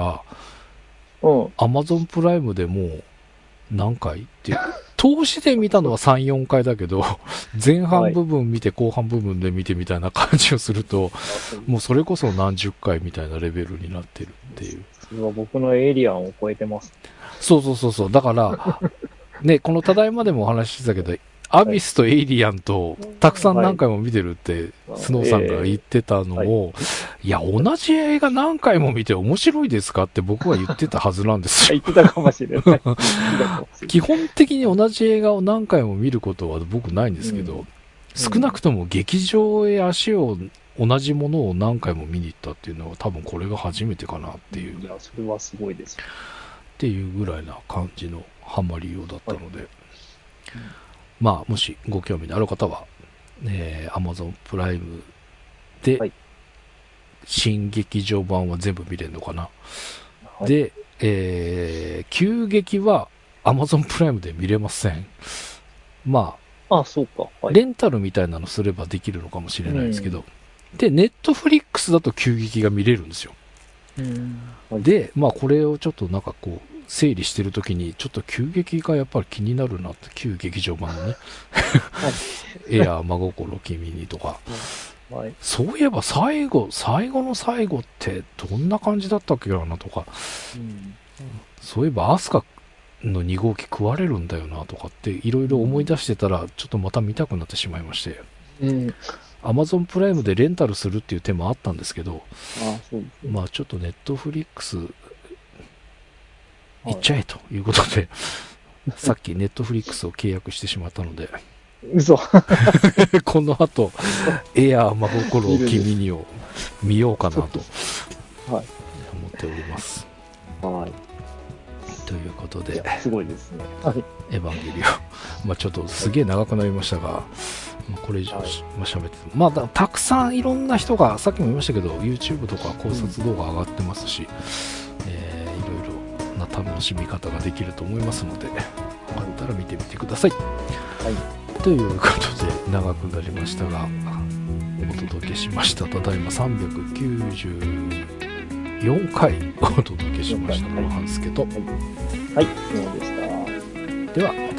、Amazon プライムでもう何回って投資で見たのは3、4回だけど、前半部分見て後半部分で見てみたいな感じをすると、もうそれこそ何十回みたいなレベルになってるっていう。 それは僕のエイリアンを超えてます。 そう。だから、ね、このただいまでもお話ししてたけど、アビスとエイリアンとたくさん何回も見てるって、スノーさんが言ってたのを、いや、同じ映画何回も見て面白いですかって僕は言ってたはずなんですよ。 言ってたかもしれない。 基本的に同じ映画を何回も見ることは僕ないんですけど、少なくとも劇場へ足を同じものを何回も見に行ったっていうのは多分これが初めてかなっていう。 いや、それはすごいです。 っていうぐらいな感じのハマりようだったので、もしご興味のある方は、Amazon プライムで、新劇場版は全部見れるのかな。で、旧劇は Amazon プライムで見れません。 そうか。 レンタルみたいなのすればできるのかもしれないですけど、で、Netflix だと旧劇が見れるんですよ。で、これをちょっとなんかこう、整理してるときに、ちょっと旧劇がやっぱり気になるなって、旧劇場版のね、エアー真心君にとか、そういえば最後の最後ってどんな感じだったっけなとか、そういえばアスカの2号機食われるんだよなとかっていろいろ思い出してたら、ちょっとまた見たくなってしまいまして、Amazon プライムでレンタルするっていう手もあったんですけど、ちょっとネットフリックス行っちゃえということで、さっきネットフリックスを契約してしまったので、 嘘この後エアー真心を君にを見ようかなと思っております。 ということで、 すごいですね。はい。 エヴァンゲリオン。ちょっとすげえ長くなりましたが、これ以上、喋って、たくさんいろんな人が、さっきも言いましたけど、YouTube とか考察動画上がってますし、いろいろな楽しみ方ができると思いますので、よかったら見てみてください。はい。ということで、長くなりましたが、お届けしました。ただいま394回お届けしました。半助と。 はい、そうでした。 では。